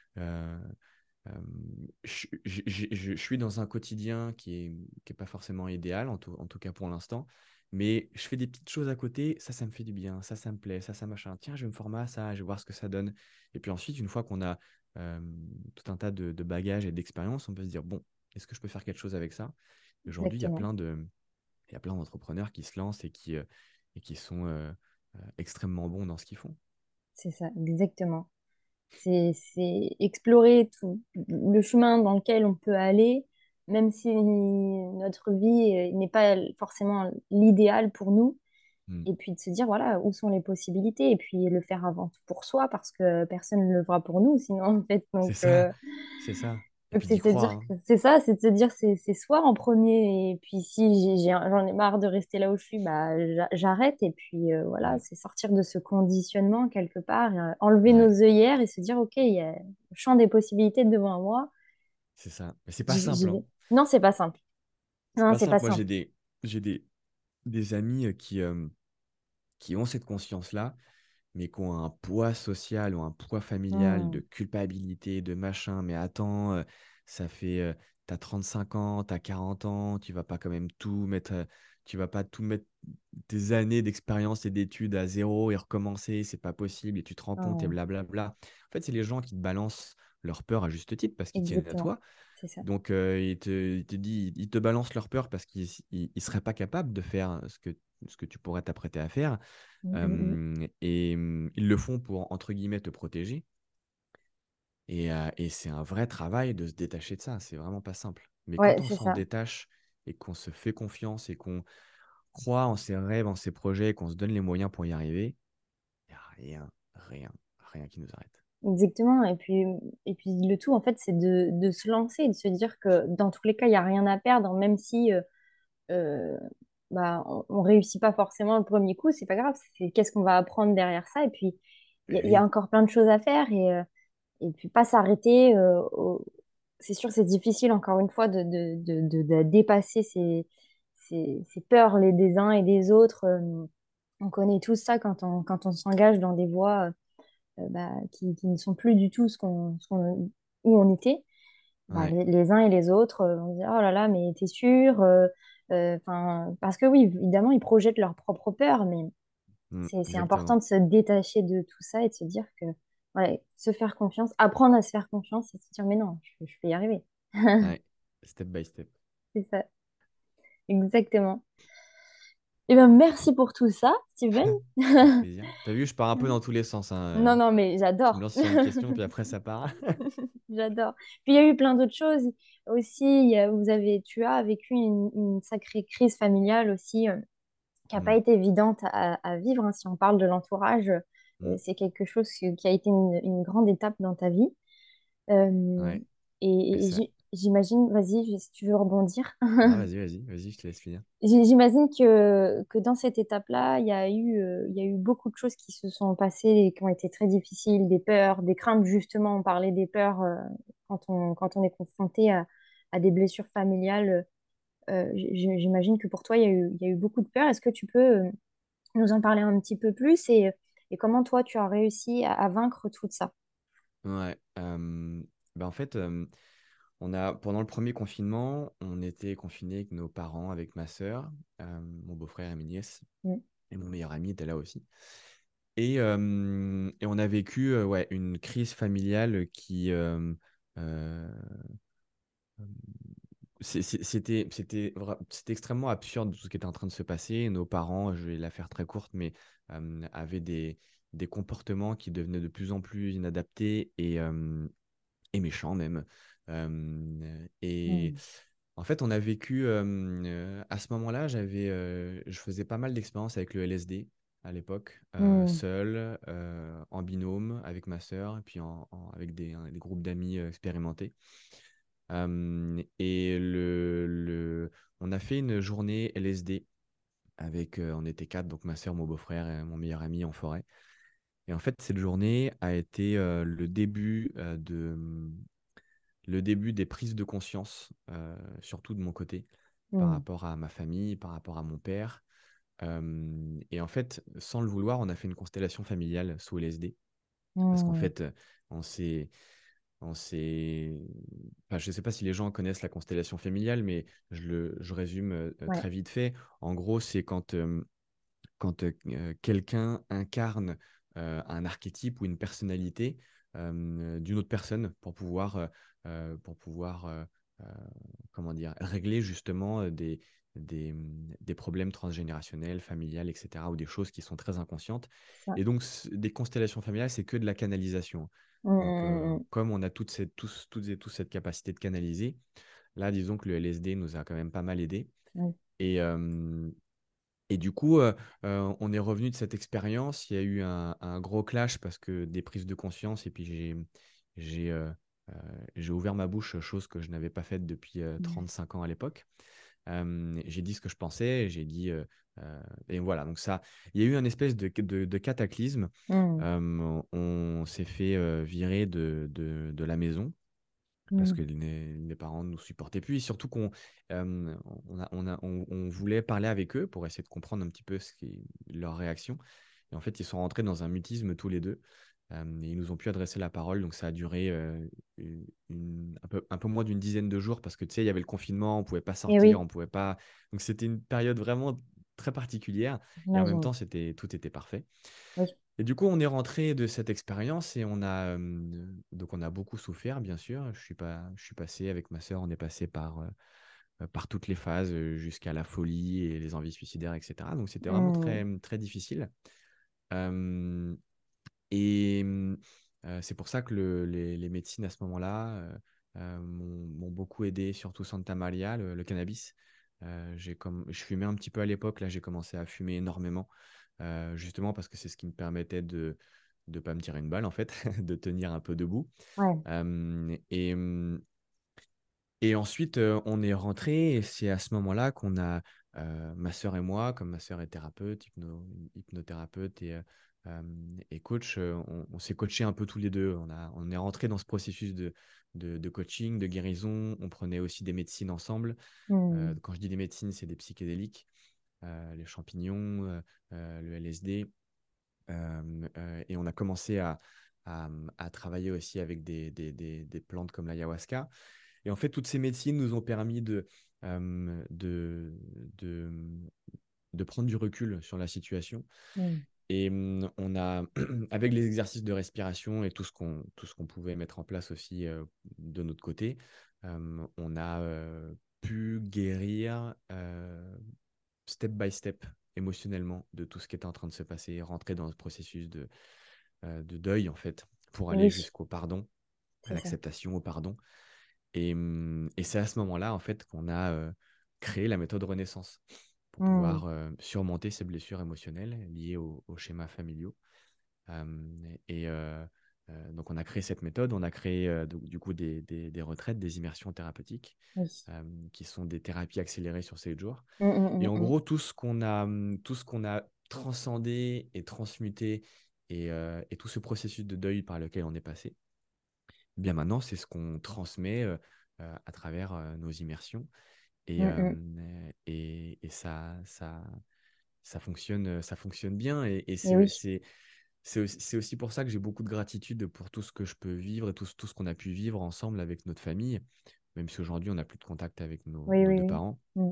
Euh, euh, je, je- je- je- je suis dans un quotidien qui est, qui est pas forcément idéal, en tout, en tout cas pour l'instant, mais je fais des petites choses à côté, ça, ça me fait du bien, ça, ça me plaît, ça, ça machin. Tiens, je vais me former à ça, je vais voir ce que ça donne. Et puis ensuite, une fois qu'on a euh, tout un tas de, de bagages et d'expérience, on peut se dire, bon, est-ce que je peux faire quelque chose avec ça? Et aujourd'hui, il y a Exactement. plein de, il y a plein d'entrepreneurs qui se lancent et qui, euh, et qui sont euh, euh, extrêmement bons dans ce qu'ils font. C'est ça, exactement. C'est, c'est explorer tout le chemin dans lequel on peut aller, même si notre vie euh, n'est pas forcément l'idéal pour nous. Hmm. Et puis de se dire, voilà, où sont les possibilités, et puis le faire avant tout pour soi, parce que personne ne le fera pour nous, sinon, en fait. C'est Donc, ça, euh, c'est ça. Et donc puis c'est d'y se dire croire, hein. que c'est ça, c'est de se dire, c'est c'est soi en premier. Et puis si j'ai, j'ai- j'en ai marre de rester là où je suis, bah, j'a- j'arrête. Et puis euh, voilà, Hmm. c'est sortir de ce conditionnement quelque part, euh, enlever nos Ouais, œillères et se dire, OK, il y a le champ des possibilités devant moi. c'est ça. Mais c'est pas J'y j'y simple, hein. vais. Non, c'est pas simple. C'est Non, pas c'est pas simple. Moi, j'ai simple. des, j'ai des, des amis euh, qui, euh, qui ont cette conscience-là, mais qui ont un poids social ou un poids familial de Hmm. culpabilité, de machin. Mais attends, euh, ça fait, euh, t'as trente-cinq ans, t'as quarante ans, tu vas pas quand même tout mettre, euh, tu vas pas tout mettre tes années d'expérience et d'études à zéro et recommencer, c'est pas possible, et tu te rends compte et Hmm. blablabla. En fait, c'est les gens qui te balancent leur peur à juste titre parce qu'ils tiennent à Exactement. toi. C'est ça. Donc, euh, il te, il te dit, il te balance leur peur parce qu'ils ne seraient pas capables de faire ce que, ce que tu pourrais t'apprêter à faire. Hmm, hmm, hmm. Euh, et euh, ils le font pour, entre guillemets, te protéger. Et, euh, et c'est un vrai travail de se détacher de ça. C'est vraiment pas simple. Mais Ouais, quand on c'est s'en ça. détache et qu'on se fait confiance et qu'on croit en ses rêves, en ses projets, et qu'on se donne les moyens pour y arriver, il n'y a rien, rien, rien qui nous arrête. Exactement. Et puis, et puis le tout, en fait, c'est de, de se lancer, de se dire que dans tous les cas, il n'y a rien à perdre, même si euh, euh, bah, on ne réussit pas forcément le premier coup, c'est pas grave. C'est qu'est-ce qu'on va apprendre derrière ça. Et puis, il y, Eh a il y a oui, encore plein de choses à faire. Et, euh, et puis, pas s'arrêter. euh, au- C'est sûr, c'est difficile, encore une fois, de, de, de, de- de dépasser ces, ces, ces peurs les, des uns et des autres. Euh, On connaît tous ça quand on, quand on s'engage dans des voies euh, bah, qui, qui ne sont plus du tout ce qu'on, ce qu'on- où on était. Bah, ouais, les, les uns et les autres euh, vont dire, oh là là, mais t'es sûr? Euh, euh, 'fin, parce que oui, évidemment, ils projettent leur propre peur, mais mm, c'est, c'est important exactement. de se détacher de tout ça et de se dire que, ouais, se faire confiance, apprendre à se faire confiance et se dire, mais non, je, je vais y arriver. Ouais, step by step. C'est ça, exactement. Eh bien, merci pour tout ça, Steven. Avec plaisir. T'as vu, je pars un peu dans tous les sens, hein. euh. Non, non, mais Tu me j'adore. lances sur une question, puis après ça part. J'adore. Puis il y a eu plein d'autres choses aussi. Il y a- vous avez, tu as vécu une, une sacrée crise familiale aussi, euh, qui n'a pas Mm, été évidente à, à vivre, hein. Si on parle de l'entourage, euh, mm, c'est quelque chose qui, qui a été une, une grande étape dans ta vie. Euh, ouais, et et et ça. j'ai- j'imagine, vas-y, si tu veux rebondir. Non, vas-y, vas-y, vas-y, je te laisse finir. J- J'imagine que, que dans cette étape-là, il y a eu, euh, il y a eu beaucoup de choses qui se sont passées et qui ont été très difficiles, des peurs, des craintes, justement. On parlait des peurs euh, quand on, quand on est confronté à, à des blessures familiales. Euh, j- j'imagine que pour toi, il y a eu, il y a eu beaucoup de peurs. Est-ce que tu peux euh, nous en parler un petit peu plus et, et comment toi, tu as réussi à, à vaincre tout ça? Ouais. euh, bah en fait, euh, on a, pendant le premier confinement, on était confinés avec nos parents, avec ma sœur, euh, mon beau-frère et mes nièces, Mm. et mon meilleur ami était là aussi. Et, euh, et on a vécu euh, ouais, une crise familiale qui, euh, euh, c'est- c'est- c'était, c'était, vra- c'était extrêmement absurde tout ce qui était en train de se passer. Nos parents, je vais la faire très courte, mais euh, avaient des, des comportements qui devenaient de plus en plus inadaptés et, euh, et méchants même. Euh, et Mm. en fait, on a vécu, euh, euh, à ce moment-là, j'avais, euh, je faisais pas mal d'expériences avec le L S D à l'époque, euh, Mm. seul, euh, en binôme avec ma sœur, et puis en- en- avec des, un- des groupes d'amis euh, expérimentés. Euh, et le, le- on a fait une journée L S D avec, euh, on était quatre, donc ma sœur, mon beau-frère et mon meilleur ami en forêt. Et en fait, cette journée a été euh, le début euh, de, le début des prises de conscience, euh, surtout de mon côté, par Mm. rapport à ma famille, par rapport à mon père. Euh, et en fait, sans le vouloir, on a fait une constellation familiale sous L S D. Parce qu'en Mm. fait, on s'est On s'est... Enfin, je ne sais pas si les gens connaissent la constellation familiale, mais je le je résume euh, Ouais, très vite fait. En gros, c'est quand, euh, quand euh, euh, quelqu'un incarne euh, un archétype ou une personnalité euh, d'une autre personne pour pouvoir, euh, euh, pour pouvoir euh, euh, comment dire, régler justement euh, des, des, hum, des problèmes transgénérationnels, familiales, et cetera, ou des choses qui sont très inconscientes. c'est ça. Et donc, c- des constellations familiales, c'est que de la canalisation. Mm, Donc, euh, mm, comme on a toute cette, tous, toutes et tous cette capacité de canaliser, là, disons que le L S D nous a quand même pas mal aidé. mm, mm. Et, euh, et du coup, euh, euh, on est revenu de cette expérience. Il y a eu un, un gros clash parce que des prises de conscience. Et puis, j'ai, j'ai, euh, euh, j'ai ouvert ma bouche, chose que je n'avais pas faite depuis euh, Oui. trente-cinq ans à l'époque. Euh, j'ai dit ce que je pensais. J'ai dit. Euh, euh, et voilà. Donc, ça, il y a eu un espèce de, de, de cataclysme. Mm, Euh, on s'est fait euh, virer de, de, de la maison parce mm. que les, les parents ne nous supportaient plus. Et surtout qu'on euh, on a, on a- on- on voulait parler avec eux pour essayer de comprendre un petit peu ce qui, leur réaction. Et en fait, ils sont rentrés dans un mutisme tous les deux. Euh, et ils nous ont pu adresser la parole. Donc, ça a duré euh, une- une- un peu, un peu moins d'une dizaine de jours parce que, tu sais, il y avait le confinement, on ne pouvait pas Et sortir, oui, on pouvait pas... Donc, c'était une période vraiment très particulière. Et en même j'imagine. temps, c'était, tout était parfait. Oui. Et du coup, on est rentré de cette expérience et on a, euh, donc on a beaucoup souffert, bien sûr. Je suis pas, je suis passé avec ma sœur, on est passé par, euh, par toutes les phases euh, jusqu'à la folie et les envies suicidaires, et cetera. Donc c'était vraiment Mm, très, très difficile. Euh, et euh, c'est pour ça que le- les, les médecines à ce moment-là euh, euh, m'ont m'ont beaucoup aidé, surtout Santa Maria, le, le cannabis. Euh, j'ai comme, je fumais un petit peu à l'époque, là j'ai commencé à fumer énormément, euh, justement parce que c'est ce qui me permettait de ne pas me tirer une balle en fait, de tenir un peu debout. ouais. Euh, et, et ensuite, euh, on est rentré et c'est à ce moment-là qu'on a, euh, ma sœur et moi, comme ma sœur est thérapeute, hypno- hypnothérapeute et, euh, euh, et coach, euh, on, on s'est coaché un peu tous les deux. On a, on est rentré dans ce processus de, de, de coaching, de guérison. On prenait aussi des médecines ensemble. Euh, Mm, quand je dis des médecines, c'est des psychédéliques, euh, les champignons, euh, euh, le L S D. Euh, euh, et on a commencé à, à, à travailler aussi avec des, des, des, des plantes comme l'ayahuasca. Et en fait, toutes ces médecines nous ont permis de, euh, de, de, de prendre du recul sur la situation. mm. Et hum, on a, avec les exercices de respiration et tout ce qu'on tout ce qu'on pouvait mettre en place aussi euh, de notre côté, euh, on a euh, pu guérir euh, step by step émotionnellement de tout ce qui était en train de se passer, rentrer dans ce processus de, euh, de deuil en fait, pour Et aller oui, jusqu'au pardon, à c'est ça. l'acceptation, au pardon. Et, hum, et c'est à ce moment-là, en fait, qu'on a euh, créé la méthode Renaissance pour Mm, pouvoir euh, surmonter ces blessures émotionnelles liées au- aux schémas familiaux. Euh, et euh, euh, donc, on a créé cette méthode. On a créé euh, donc, du coup des, des- des retraites, des immersions thérapeutiques, oui. euh, qui sont des thérapies accélérées sur sept jours. Mm, Et mm, en mm, mm. gros, tout ce qu'on a, hum, tout ce qu'on a transcendé et transmuté et, euh, et tout ce processus de deuil par lequel on est passé, eh bien maintenant, c'est ce qu'on transmet euh, euh, à travers euh, nos immersions. Et, Mm, euh, mm. et, et ça, ça, ça fonctionne, ça fonctionne bien. Et, et Et c'est, oui, c'est, c'est aussi, c'est aussi pour ça que j'ai beaucoup de gratitude pour tout ce que je peux vivre et tout, ce- tout ce qu'on a pu vivre ensemble avec notre famille, même si aujourd'hui on n'a plus de contact avec nos, oui, nos oui, deux oui. parents. Mm,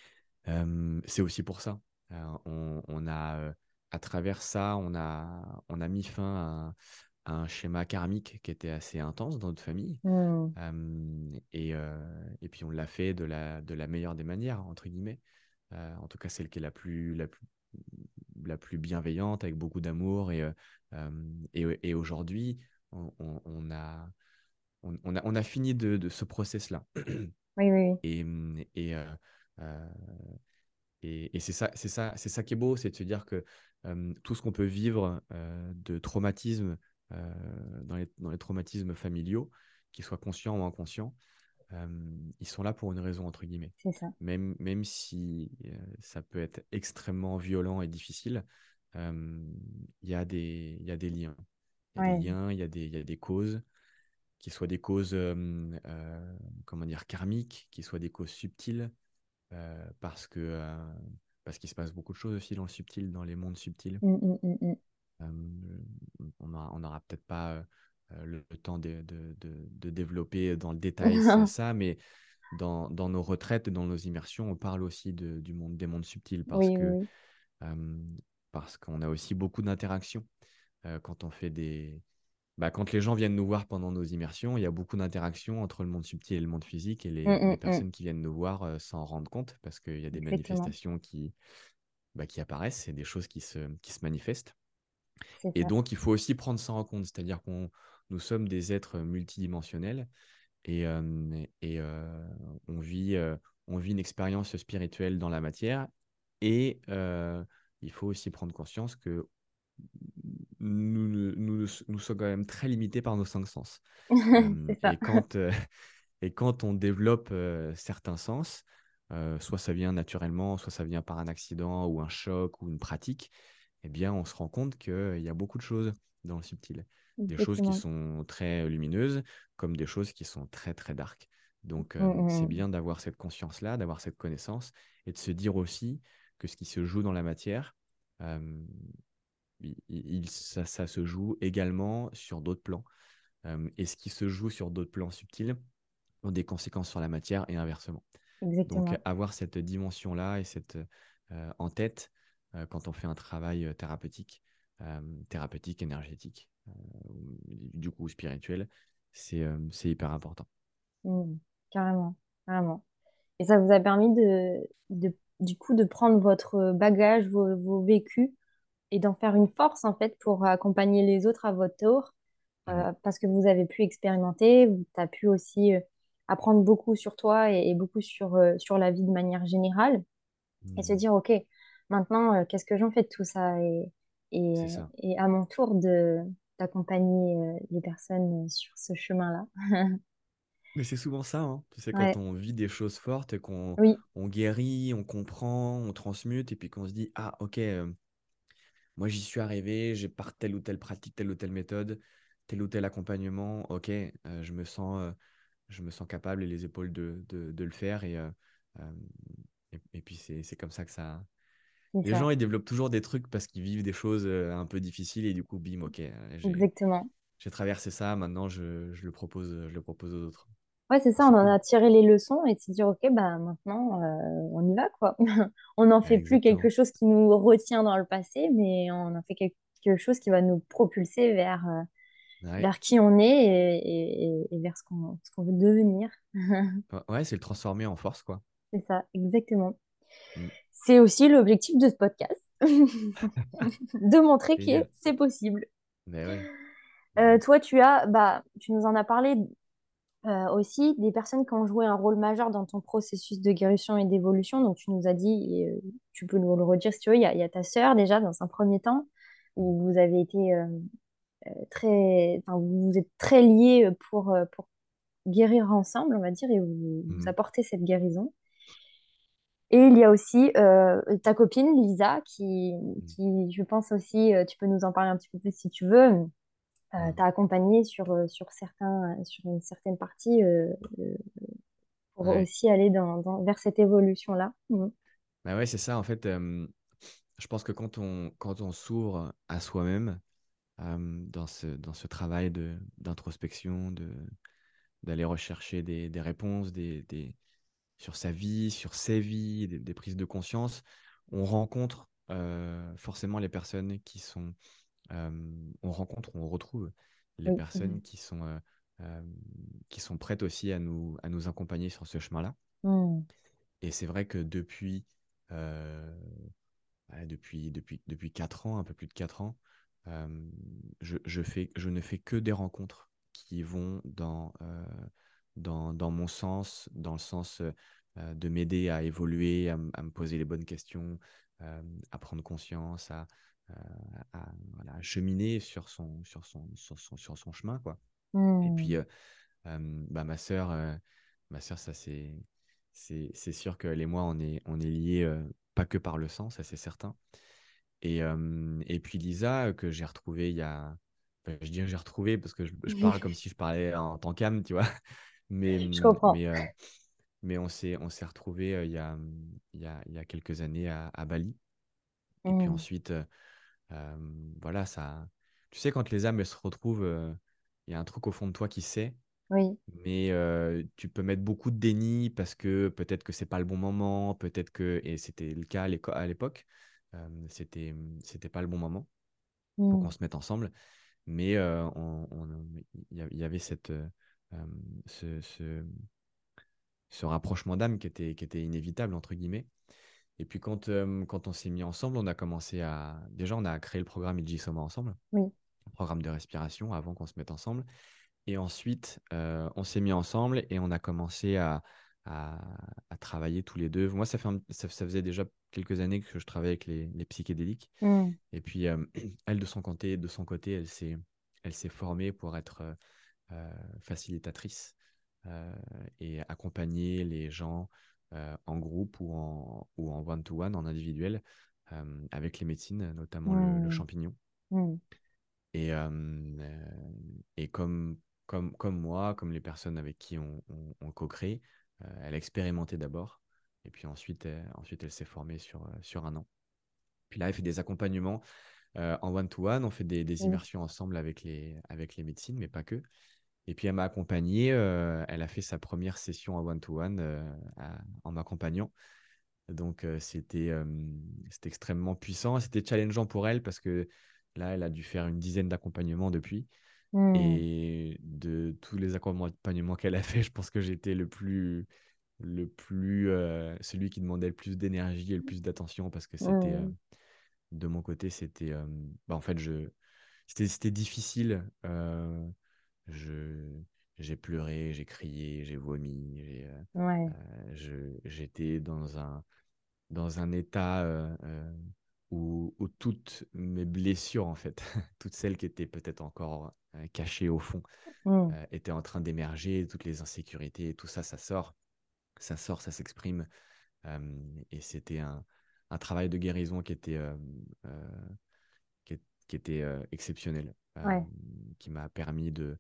Euh, c'est aussi pour ça. Euh, on, on a, euh, à travers ça, on a, on a mis fin à, à un schéma karmique qui était assez intense dans notre famille. mm. Euh, et, euh, et puis on l'a fait de la, de la meilleure des manières, entre guillemets. Euh, en tout cas, celle qui est la plus, la plus, la plus bienveillante, avec beaucoup d'amour. Et, euh, euh, et, et aujourd'hui, on, on- on a, on, on a, on a fini de, de ce process-là. Oui, oui, oui. Et, et, euh, euh, et, et c'est ça, c'est ça, c'est ça qui est beau, c'est de se dire que euh, tout ce qu'on peut vivre euh, de traumatisme euh, dans les, dans les traumatismes familiaux, qu'ils soient conscients ou inconscients, euh, ils sont là pour une raison, entre guillemets. C'est ça. Même, même si euh, ça peut être extrêmement violent et difficile, euh, il y a des, il y a des liens. Il y a des Ouais. liens, il y a des, il y a des causes, qui soient des causes, euh, euh, comment dire, karmiques, qui soient des causes subtiles, euh, parce que, euh, parce qu'il se passe beaucoup de choses aussi dans le subtil, dans les mondes subtils. Mm, mm, mm, mm. Euh, on n'aura on aura peut-être pas euh, euh, le, le temps de, de, de, de développer dans le détail c'est ça, mais dans, dans nos retraites, dans nos immersions, on parle aussi de, du monde, des mondes subtils parce Oui, que oui, euh, parce qu'on a aussi beaucoup d'interactions. Euh, quand on fait des... Bah, quand les gens viennent nous voir pendant nos immersions, il y a beaucoup d'interactions entre le monde subtil et le monde physique et oui. les, Mm, les mm, mm. personnes qui viennent nous voir euh, s'en rendent compte parce qu'il y a des Exactement, manifestations qui, bah, qui apparaissent, c'est des choses qui se, qui se manifestent. c'est Et ça. donc, il faut aussi prendre ça en compte, c'est-à-dire qu'on nous sommes des êtres multidimensionnels et, euh, et euh, on vit, euh, on vit une expérience spirituelle dans la matière et euh, il faut aussi prendre conscience que nous, nous, nous, nous sommes quand même très limités par nos cinq sens. Euh, C'est ça. et, quand, euh, et quand on développe euh, certains sens, euh, soit ça vient naturellement, soit ça vient par un accident ou un choc ou une pratique, eh bien, on se rend compte qu'il y a beaucoup de choses dans le subtil. Des choses qui Exactement. sont très lumineuses, comme des choses qui sont très, très dark. Donc, Mm, euh, c'est mm. bien d'avoir cette conscience-là, d'avoir cette connaissance, et de se dire aussi que ce qui se joue dans la matière, euh, il, il- ça, ça se joue également sur d'autres plans. Euh, et ce qui se joue sur d'autres plans subtils ont des conséquences sur la matière et inversement. Donc, Exactement. avoir cette dimension-là et cette euh, en tête euh, quand on fait un travail euh, thérapeutique, euh, thérapeutique, énergétique, euh, du coup spirituel, c'est euh, c'est hyper important. Mm. Carrément, carrément. Et ça vous a permis de, de, du coup, de prendre votre bagage, vos, vos vécus et d'en faire une force, en fait, pour accompagner les autres à votre tour, Mhm. euh, parce que vous avez pu expérimenter, tu as pu aussi euh, apprendre beaucoup sur toi et, et beaucoup sur, euh, sur la vie de manière générale, et se Mhm. dire, OK, maintenant, euh, qu'est-ce que j'en fais de tout ça? Et, et, C'est ça. et à mon tour de, d'accompagner euh, les personnes sur ce chemin-là. Mais c'est souvent ça, hein. Tu sais, quand Ouais, on vit des choses fortes et qu'on oui, on guérit, on comprend, on transmute, et puis qu'on se dit, ah, ok, euh, moi, j'y suis arrivé, j'ai par telle ou telle pratique, telle ou telle méthode, tel ou tel accompagnement. Ok, euh, je me sens, euh, je me sens capable et les épaules de, de, de le faire. Et, euh, euh, et, et puis, c'est, c'est comme ça que ça. c'est Les ça, gens, ils développent toujours des trucs parce qu'ils vivent des choses euh, un peu difficiles et du coup, bim, ok, euh, j'ai, exactement. j'ai traversé ça, maintenant, je, je le propose, je le propose aux autres. Ouais, c'est Et ça, on c'est en cool. a tiré les leçons et de se dire, OK, bah maintenant, euh, on y va, quoi. On n'en Ah, fait plus quelque exactement. chose qui nous retient dans le passé, mais on en fait quelque chose qui va nous propulser vers, euh, Ouais, vers qui on est et, et- et vers ce qu'on ce qu'on veut devenir. ouais, ouais, c'est le transformer en force, quoi. C'est ça, exactement. Mm. C'est aussi l'objectif de ce podcast, de montrer que Génial. c'est possible. Mais ouais. Euh, Ouais. toi, tu as, bah, tu nous en as parlé euh, aussi, des personnes qui ont joué un rôle majeur dans ton processus de guérison et d'évolution. Donc, tu nous as dit, et euh, tu peux nous le redire si tu veux, il y a, il y a ta sœur déjà dans un premier temps, Mm. où vous avez été euh, très, enfin, vous vous êtes très liés pour, euh, pour guérir ensemble, on va dire, et vous, vous Mm. apportez cette guérison. Et il y a aussi euh, ta copine Lisa, qui, Mm. qui, je pense aussi, euh, tu peux nous en parler un petit peu plus si tu veux, euh, Mm. t'a accompagné sur, euh, sur, certains, sur une certaine partie euh, euh, pour Ouais. aussi aller dans, dans- vers cette évolution-là. Mhm. Bah ouais, c'est ça. En fait, euh, je pense que quand on, quand on s'ouvre à soi-même, euh, dans ce, dans ce travail de, d'introspection, de, d'aller rechercher des, des réponses des, des, sur sa vie, sur ses vies, des, des prises de conscience, on rencontre euh, forcément les personnes qui sont, euh, on rencontre, on retrouve les Oui. Mhm. personnes qui sont, euh, euh, qui sont prêtes aussi à nous, à nous accompagner sur ce chemin-là. Mhm. Et c'est vrai que depuis, euh, ouais, depuis, depuis, depuis quatre ans, un peu plus de quatre ans, euh, je, je fais, je ne fais que des rencontres qui vont dans, euh, dans, dans mon sens, dans le sens euh, de m'aider à évoluer, à, m- à me poser les bonnes questions, euh, à prendre conscience, à, euh, à- voilà, à cheminer sur son, sur son, sur son, sur son chemin, quoi. Et puis, Mhm. euh, euh, bah, ma sœur, euh, ma sœur, ça c'est, c'est, c'est sûr qu'elle et moi, on est, on est liés, euh, pas que par le sang, ça c'est certain. Et, euh, et puis Lisa, euh, que j'ai retrouvée il y a, enfin, je dis j'ai retrouvé parce que je, je parle comme si je parlais en tant qu'âme, tu vois. Mais, Je hum, comprends. mais, euh, mais on s'est, on s'est retrouvés euh, il y a, hum, il y a, il y a quelques années à, à Bali. Et puis Mhm. ensuite, euh, euh, voilà, ça. Tu sais, quand les âmes elles se retrouvent, euh, il y a un truc au fond de toi qui sait, Oui. mais euh, tu peux mettre beaucoup de déni parce que peut-être que c'est pas le bon moment, peut-être que, et c'était le cas à l'éco- à l'époque, euh, c'était, c'était pas le bon moment pour qu'on Mm. se mette ensemble, mais euh, on- on- il y a- il y avait cette, euh, euh, ce, ce- ce rapprochement d'âme qui était, qui était inévitable, entre guillemets. Et puis quand, euh, quand on s'est mis ensemble, on a commencé à... Déjà, on a créé le programme Ijisoma ensemble, Oui. un programme de respiration avant qu'on se mette ensemble. Et ensuite, euh, on s'est mis ensemble et on a commencé à, à, à travailler tous les deux. Moi, ça, fait un- ça, ça faisait déjà quelques années que je travaillais avec les, les psychédéliques. Mm. Et puis, euh, elle, de son côté, de son côté elle s'est, elle s'est formée pour être euh, euh, facilitatrice euh, et accompagner les gens euh, en groupe ou en, ou en one-to-one, en individuel, euh, avec les médecines, notamment le, le Mm. champignon. Mm. Et, euh, euh, et comme, comme, comme moi, comme les personnes avec qui on, on, on co-crée, euh, elle a expérimenté d'abord, et puis ensuite, euh, ensuite elle s'est formée sur, euh, sur un an. Puis là, elle fait des accompagnements euh, en one-to-one, on fait des, des Oui. immersions ensemble avec les, avec les médecines, mais pas que. Et puis elle m'a accompagné, euh, elle a fait sa première session en one-to-one euh, à- en m'accompagnant. Donc euh, c'était euh, c'était extrêmement puissant, c'était challengeant pour elle parce que là, elle a dû faire une dizaine d'accompagnements depuis. Mm. Et de tous les accompagnements qu'elle a fait, je pense que j'étais le plus, le plus euh, celui qui demandait le plus d'énergie et le plus d'attention parce que c'était, euh, Mm. de mon côté, c'était, euh, bah, en fait, je, c'était, c'était difficile. euh, je, j'ai pleuré, j'ai crié, j'ai vomi, j'ai, euh, Ouais. euh, je, j'étais dans un, dans un état euh, euh, où, où toutes mes blessures, en fait, toutes celles qui étaient peut-être encore euh, cachées au fond, Mm. euh, étaient en train d'émerger, toutes les insécurités, tout ça, ça sort, ça sort, ça s'exprime. euh, et c'était un, un travail de guérison qui était, euh, euh, qui, est- qui était euh, exceptionnel, euh, Ouais. qui m'a permis de,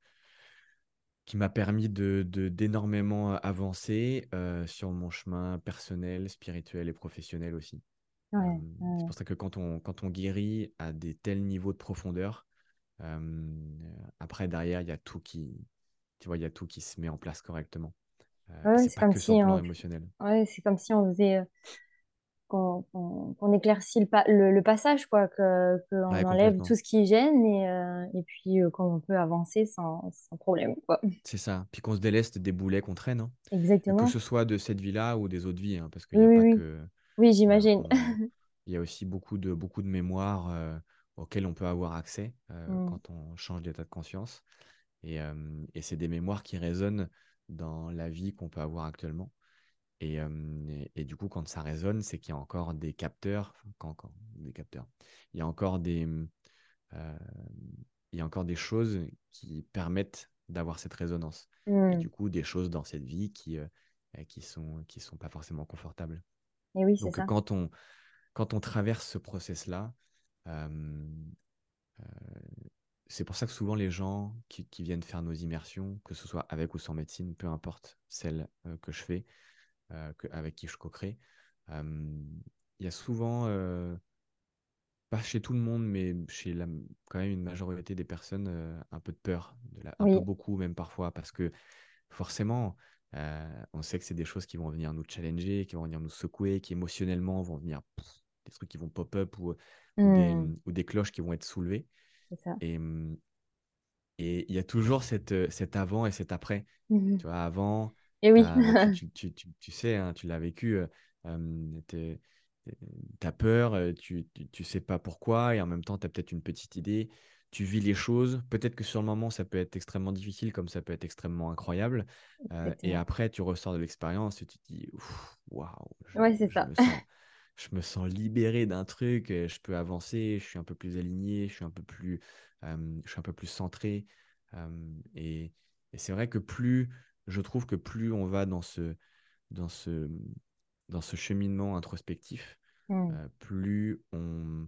qui m'a permis de, de- d'énormément avancer euh, sur mon chemin personnel, spirituel et professionnel aussi. Euh, Ouais. c'est Ouais. pour ça que quand on, quand on guérit à des tels niveaux de profondeur, euh, après, derrière, il y a tout qui, tu vois, il y a tout qui se met en place correctement. Euh, et Ouais, c'est c'est pas comme que sur si le plan on, émotionnel. ouais, c'est comme si on faisait, euh, qu'on qu'on- qu'on éclaircit le, pa- le, le passage, quoi, que, qu'on Ouais, enlève complètement. tout ce qui gêne et, euh, et puis euh, qu'on peut avancer sans, sans problème, quoi. C'est ça. Puis qu'on se déleste des boulets qu'on traîne, hein. Que Exactement. ce soit de cette vie-là ou des autres vies, hein, parce qu'il Oui, n'y a oui, pas oui. que... Oui, euh, j'imagine. on- Il y a aussi beaucoup de, beaucoup de mémoires euh, auxquelles on peut avoir accès euh, Mm. quand on change d'état de conscience. Et, euh, et c'est des mémoires qui résonnent dans la vie qu'on peut avoir actuellement. Et, euh, et, et du coup, quand ça résonne, c'est qu'il y a encore des capteurs, enfin, quand, quand- des capteurs, il y a encore des, euh, il y a encore des choses qui permettent d'avoir cette résonance. Et Mm. du coup, des choses dans cette vie qui, euh, euh, qui sont, qui sont pas forcément confortables. Et oui, c'est Donc, ça. quand on, quand on traverse ce process-là, euh, euh, c'est pour ça que souvent les gens qui, qui viennent faire nos immersions, que ce soit avec ou sans médecine, peu importe celle euh, que je fais, euh, que- avec qui je co-crée, euh, il y a souvent, euh, pas chez tout le monde, mais chez la, quand même une majorité des personnes, euh, un peu de peur, de la- un peu Oui. beaucoup même parfois, parce que forcément, euh, on sait que c'est des choses qui vont venir nous challenger, qui vont venir nous secouer, qui émotionnellement vont venir pff, des trucs qui vont pop-up ou, ou des, Mm. ou des cloches qui vont être soulevées. C'est ça. Et, hum, et il y a toujours cette, euh, cet avant et cet après. Mhm. Tu vois, avant, Et oui. t'as- bah, tu, tu, tu, tu, tu sais, hein, tu l'as vécu, euh, euh, t'es- t'as peur, euh, tu, tu, tu sais pas pourquoi, et en même temps, tu as peut-être une petite idée. Tu vis les choses. Peut-être que sur le moment, ça peut être extrêmement difficile, comme ça peut être extrêmement incroyable. Euh, et Exactement. après, tu ressors de l'expérience et tu te dis, Ouf, waouh, je, Ouais, c'est je ça. me sens, je me sens libéré d'un truc, euh, je peux avancer, je suis un peu plus aligné, je suis un peu plus, euh, je suis un peu plus centré. Euh, et et c'est vrai que plus, je trouve que plus on va dans ce, dans ce, dans ce cheminement introspectif, Mm. euh, plus on,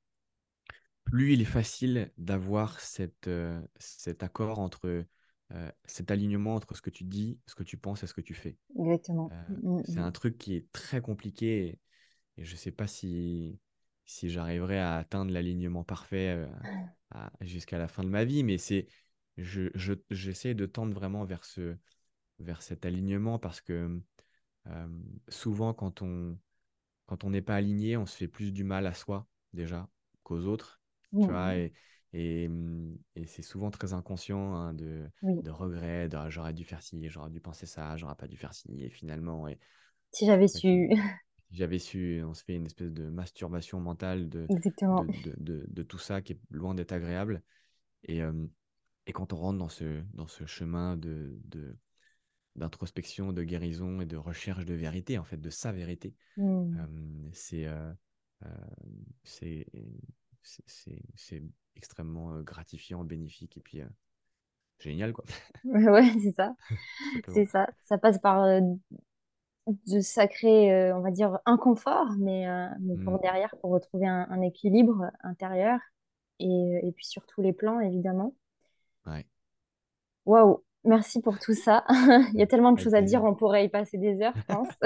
plus il est facile d'avoir cette, euh, cet accord entre, euh, cet alignement entre ce que tu dis, ce que tu penses et ce que tu fais. Exactement. Euh, Mm, c'est mm, un truc qui est très compliqué et, et je ne sais pas si, si j'arriverai à atteindre l'alignement parfait euh, à- jusqu'à la fin de ma vie, mais c'est je, je- j'essaie de tendre vraiment vers ce, vers cet alignement parce que euh, souvent, quand on, quand on n'est pas aligné, on se fait plus du mal à soi déjà qu'aux autres, tu vois, Mm. et, et, hum, et c'est souvent très inconscient hein, de, Oui. de regrets, de, Ah, j'aurais dû faire ci, j'aurais dû penser ça, j'aurais pas dû faire ci, et finalement, et, Si j'avais ouais, tu- su. j'avais su, on se fait une espèce de masturbation mentale de, Exactement. de, de, de, de tout ça qui est loin d'être agréable. Et, euh, et quand on rentre dans ce, dans ce chemin de, de, d'introspection, de guérison et de recherche de vérité, en fait, de sa vérité, Mm. euh, c'est euh, euh, c'est c'est c'est- c'est extrêmement euh, gratifiant, bénéfique et puis euh, génial, quoi, Ouais, c'est ça. tout simplement. C'est ça. Ça passe par euh, de sacrés, euh, on va dire, inconfort, mais, euh, mais Mm, pour derrière, pour retrouver un, un équilibre intérieur et, et puis sur tous les plans, évidemment. ouais, Waouh, merci pour tout ça. Il y a tellement de avec choses à dire, plaisir. on pourrait y passer des heures, je pense.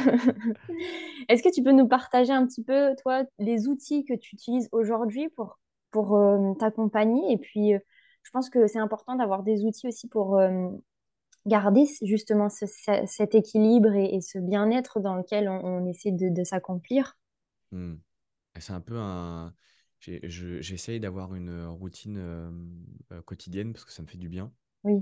Est-ce que tu peux nous partager un petit peu, toi, les outils que tu utilises aujourd'hui pour, pour euh, t'accompagner? Et puis, euh, je pense que c'est important d'avoir des outils aussi pour euh, garder justement ce- ce- cet équilibre et, et ce bien-être dans lequel on, on essaie de, de s'accomplir. Mm. Et c'est un peu un... j'ai- je- J'essaye d'avoir une routine euh, euh, quotidienne parce que ça me fait du bien. Oui.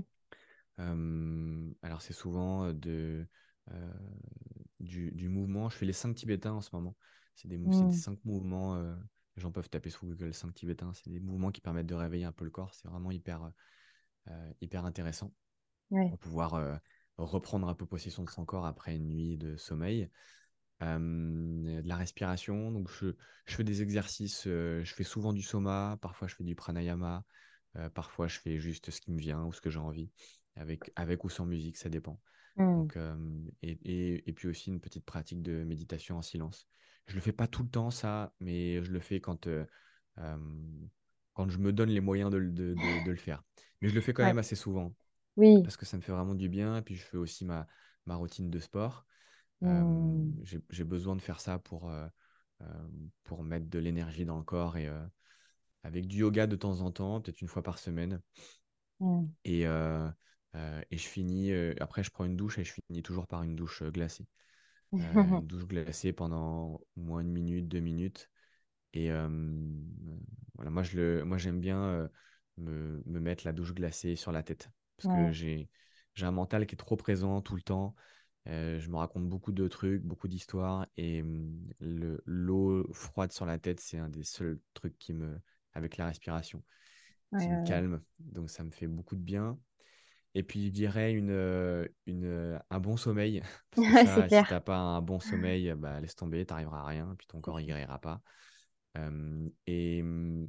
Euh, alors c'est souvent de, euh, du, du mouvement. Je fais les cinq tibétains en ce moment. C'est des, mou- c'est des Mm. cinq mouvements. Euh, les gens peuvent taper sur Google cinq tibétains. C'est des mouvements qui permettent de réveiller un peu le corps. C'est vraiment hyper, euh, hyper intéressant Ouais. pour pouvoir euh, reprendre un peu possession de son corps après une nuit de sommeil. Euh, de la respiration. Donc je, je fais des exercices. Euh, je fais souvent du soma. Parfois je fais du pranayama. Euh, parfois je fais juste ce qui me vient ou ce que j'ai envie. Avec, avec ou sans musique, ça dépend. Mm. Donc, euh, et, et, et puis aussi une petite pratique de méditation en silence. Je le fais pas tout le temps, ça, mais je le fais quand, euh, euh, quand je me donne les moyens de, le- de, de, de le faire. Mais je le fais quand Ouais. même assez souvent Oui. parce que ça me fait vraiment du bien. Et puis, je fais aussi ma, ma routine de sport. Euh, Mm. j'ai, j'ai besoin de faire ça pour, euh, euh, pour mettre de l'énergie dans le corps et euh, avec du yoga de temps en temps, peut-être une fois par semaine. Mm. Et, euh, euh, et je finis, euh, après, je prends une douche et je finis toujours par une douche euh, glacée. Euh, une douche glacée pendant au moins une minute, deux minutes. Et euh, voilà, moi, je le, moi, j'aime bien euh, me, me mettre la douche glacée sur la tête parce que Ouais. j'ai, j'ai un mental qui est trop présent tout le temps. Euh, je me raconte beaucoup de trucs, beaucoup d'histoires et hum, le, l'eau froide sur la tête, c'est un des seuls trucs qui me, avec la respiration, Ouais, qui me ouais, ouais. calme. Donc, ça me fait beaucoup de bien. Et puis, je dirais une, euh, une, euh, un bon sommeil, parce que Ouais, c'est ça, si clair. t'as pas un bon sommeil, bah, laisse tomber, t'arriveras à rien, puis ton C'est corps il ça. guérira pas. Euh, et hum,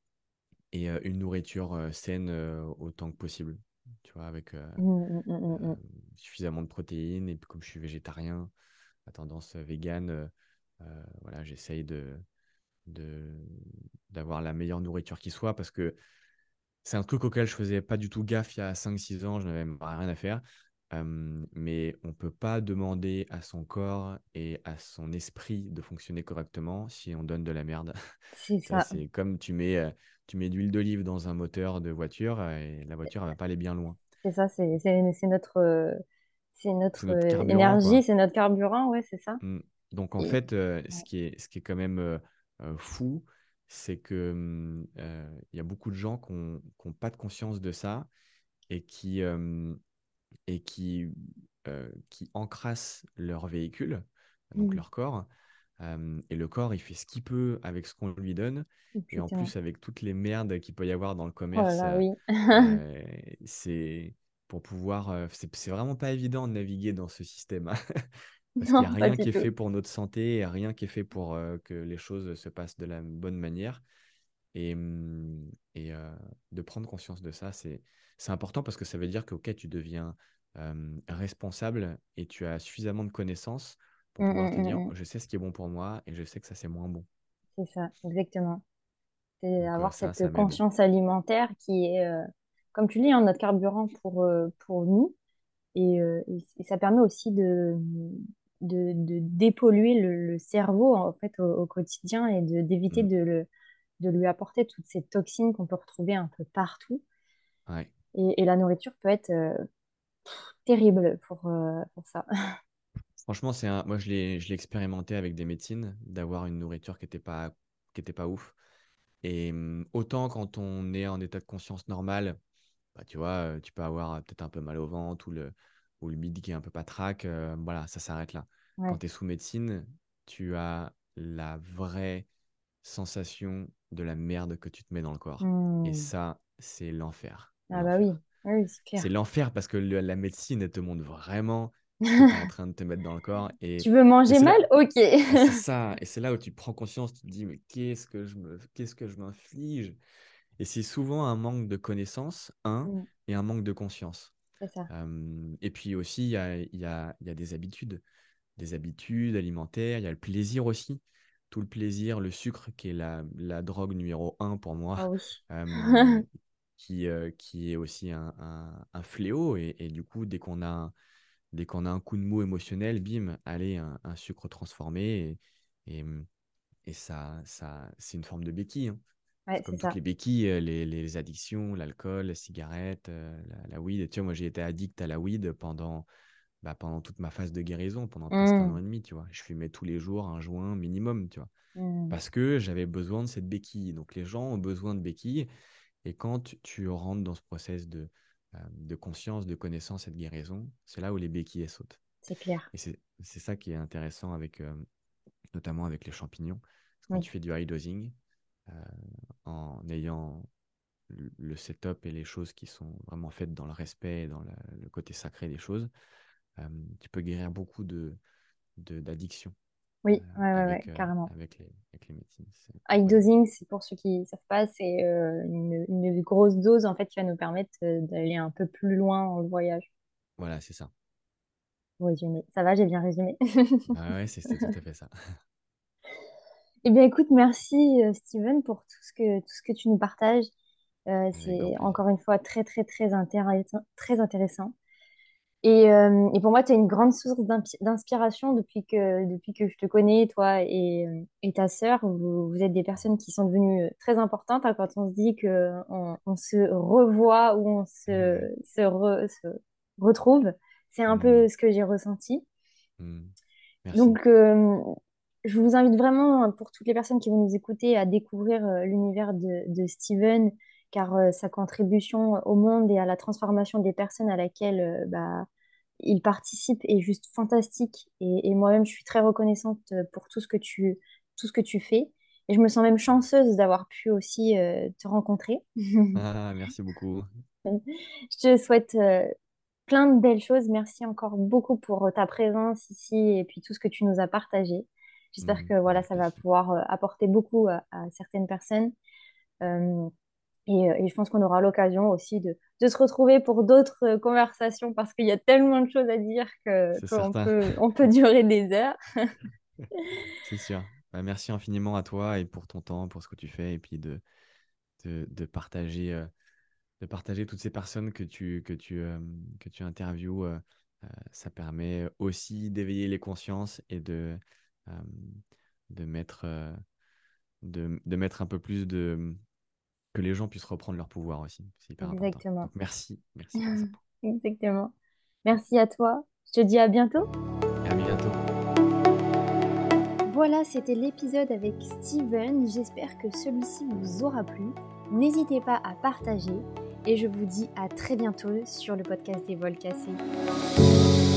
et euh, une nourriture euh, saine euh, autant que possible, tu vois, avec euh, Mm, mm, mm, euh, mm, mm. suffisamment de protéines. Et puis, comme je suis végétarien, à tendance euh, végane, euh, euh, voilà, j'essaye de, de, d'avoir la meilleure nourriture qui soit, parce que c'est un truc auquel je faisais pas du tout gaffe il y a cinq six ans, je n'avais rien à faire. Euh, mais on ne peut pas demander à son corps et à son esprit de fonctionner correctement si on donne de la merde. C'est Tu vois, ça. c'est comme tu mets, euh, tu mets de l'huile d'olive dans un moteur de voiture euh, et la voiture, elle va pas aller bien loin. C'est ça, c'est c'est- c'est notre, euh, c'est C'est notre notre euh, carburant, énergie, quoi. c'est notre carburant, ouais, c'est ça. Mm. Donc, en Et, fait, euh, ce ouais. qui est, ce qui est quand même euh, euh, fou, c'est que, hum, euh, il y a beaucoup de gens qui n'ont pas de conscience de ça et qui, euh, et qui, euh, qui encrassent leur véhicule, donc Mm. leur corps. Euh, et le corps, il fait ce qu'il peut avec ce qu'on lui donne. Et en Exactement. plus, avec toutes les merdes qu'il peut y avoir dans le Oh là commerce, là, euh, oui. euh, c'est pour pouvoir. euh, c'est c'est vraiment pas évident de naviguer dans ce système, hein. Parce qu'il n'y a Non, pas rien du qui est tout. fait pour notre santé, et rien qui est fait pour euh, que les choses se passent de la bonne manière. Et, hum, et euh, de prendre conscience de ça, c'est, c'est important parce que ça veut dire que ok, tu deviens euh, responsable et tu as suffisamment de connaissances Mm, pour pouvoir mm, te mm, dire, mm. je sais ce qui est bon pour moi et je sais que ça, c'est moins bon. C'est ça, exactement. C'est Donc euh, avoir ça, cette ça m'aide. conscience alimentaire qui est, euh, comme tu dis, hein, notre carburant pour, euh, pour nous. Et, euh, et c- et ça permet aussi de, de, de dépolluer le, le cerveau en fait au, au quotidien et de d'éviter Mm. de, le, de lui apporter toutes ces toxines qu'on peut retrouver un peu partout. Ouais. Et, et la nourriture peut être euh, terrible pour, euh, pour ça. Franchement, c'est un... moi, je l'ai, je l'ai expérimenté avec des médecines, d'avoir une nourriture qui n'était pas, qui était pas ouf. Et hum, autant quand on est en état de conscience normal, bah, tu vois, euh, tu peux avoir euh, peut-être un peu mal au ventre ou le, ou le bide qui est un peu patraque. Euh, voilà, ça s'arrête là. Quand Ouais. tu es sous médecine, tu as la vraie sensation de la merde que tu te mets dans le corps. Et Hmm. ça, c'est l'enfer. Ah bah oui, L'enfer. oui, oui, c'est C'est clair. l'enfer parce que le- la médecine, elle te montre vraiment ce que tu es en train de te mettre dans le corps. Et, Tu veux et manger c'est mal? là, Ok. et c'est ça. Et c'est là où tu prends conscience, tu te dis, mais qu'est-ce que je me, qu'est-ce que je m'inflige? Et c'est souvent un manque de connaissance, un, Hmm, et un manque de conscience. c'est ça. Euh, et puis aussi, il y a, il y a, il y a des habitudes, des habitudes alimentaires, il y a le plaisir aussi. Tout le plaisir, le sucre, qui est la, la drogue numéro un pour moi, Ah oui. euh, qui, euh, qui est aussi un, un- un fléau. Et, et du coup, dès qu'on a, dès qu'on a un coup de mou émotionnel, bim, allez, un, un sucre transformé. Et, et, et ça, ça, c'est une forme de béquille, hein. Ouais, C'est c'est comme toutes ça. les béquilles, euh, les, les addictions, l'alcool, la cigarette, euh, la, la weed. Tu vois, moi, j'ai été addict à la weed pendant, bah, pendant toute ma phase de guérison, pendant presque un an Hmm, et demi, tu vois. Je fumais tous les jours un joint minimum, tu vois. hmm. Parce que j'avais besoin de cette béquille. Donc, les gens ont besoin de béquilles. Et quand tu, tu rentres dans ce process de, euh, de conscience, de connaissance et de guérison, c'est là où les béquilles elles sautent. C'est clair. Et c'est c'est ça qui est intéressant avec, euh, notamment avec les champignons. Parce que quand Oui, tu fais du high dosing, euh, en ayant le le setup et les choses qui sont vraiment faites dans le respect et dans la- le côté sacré des choses, euh, tu peux guérir beaucoup de, de- d'addictions euh, oui, ouais, ouais, ouais, avec, euh, carrément. avec les, avec les médecines. C'est High incroyable. dosing, c'est pour ceux qui ne savent pas, c'est euh, une, une grosse dose en fait qui va nous permettre euh, d'aller un peu plus loin dans le voyage. Voilà, c'est ça. Pour résumer. Ça va, j'ai bien résumé. Ah ouais, c'est c'est tout à fait ça. Eh bien, écoute, merci euh, Steven pour tout ce que, tout ce que tu nous partages. Euh, Avec grand c'est plaisir. encore une fois très, très, très intéressant. Très intéressant. Et, euh, et pour moi, tu es une grande source d'impi- d'inspiration depuis que, depuis que je te connais, toi et, euh, et ta sœur. Vous, vous êtes des personnes qui sont devenues euh, très importantes, hein, quand on se dit qu'on on se revoit ou on se, Ouais. se, re- se retrouve. C'est un Hmm, peu ce que j'ai ressenti. hmm. Merci. Donc, euh, je vous invite vraiment, pour toutes les personnes qui vont nous écouter, à découvrir euh, l'univers de, de Steven, car euh, sa contribution au monde et à la transformation des personnes à laquelle euh, bah, il participe est juste fantastique. Et, et moi-même, je suis très reconnaissante euh, pour tout ce que tu, tout ce que tu fais. Et je me sens même chanceuse d'avoir pu aussi euh, te rencontrer. Ah, merci beaucoup. Je te souhaite euh, plein de belles choses. Merci encore beaucoup pour euh, ta présence ici et puis tout ce que tu nous as partagé. J'espère Hmm, que voilà, avec ça va plaisir. pouvoir euh, apporter beaucoup à, à certaines personnes. Euh, et, euh, et je pense qu'on aura l'occasion aussi de, de se retrouver pour d'autres euh, conversations parce qu'il y a tellement de choses à dire que C'est qu'on certain. peut, on peut durer des heures. C'est sûr. Bah, merci infiniment à toi et pour ton temps, pour ce que tu fais et puis de, de, de partager, euh, de partager toutes ces personnes que tu, que tu, euh, que tu interviews. Euh, euh, ça permet aussi d'éveiller les consciences et de, euh, de mettre, euh, de, de mettre un peu plus de... que les gens puissent reprendre leur pouvoir aussi. C'est hyper important. Exactement. Donc merci, merci pour ça. Exactement. Merci à toi. Je te dis à bientôt. À bientôt. Voilà, c'était l'épisode avec Steven. J'espère que celui-ci vous aura plu. N'hésitez pas à partager et je vous dis à très bientôt sur le podcast des vols cassés.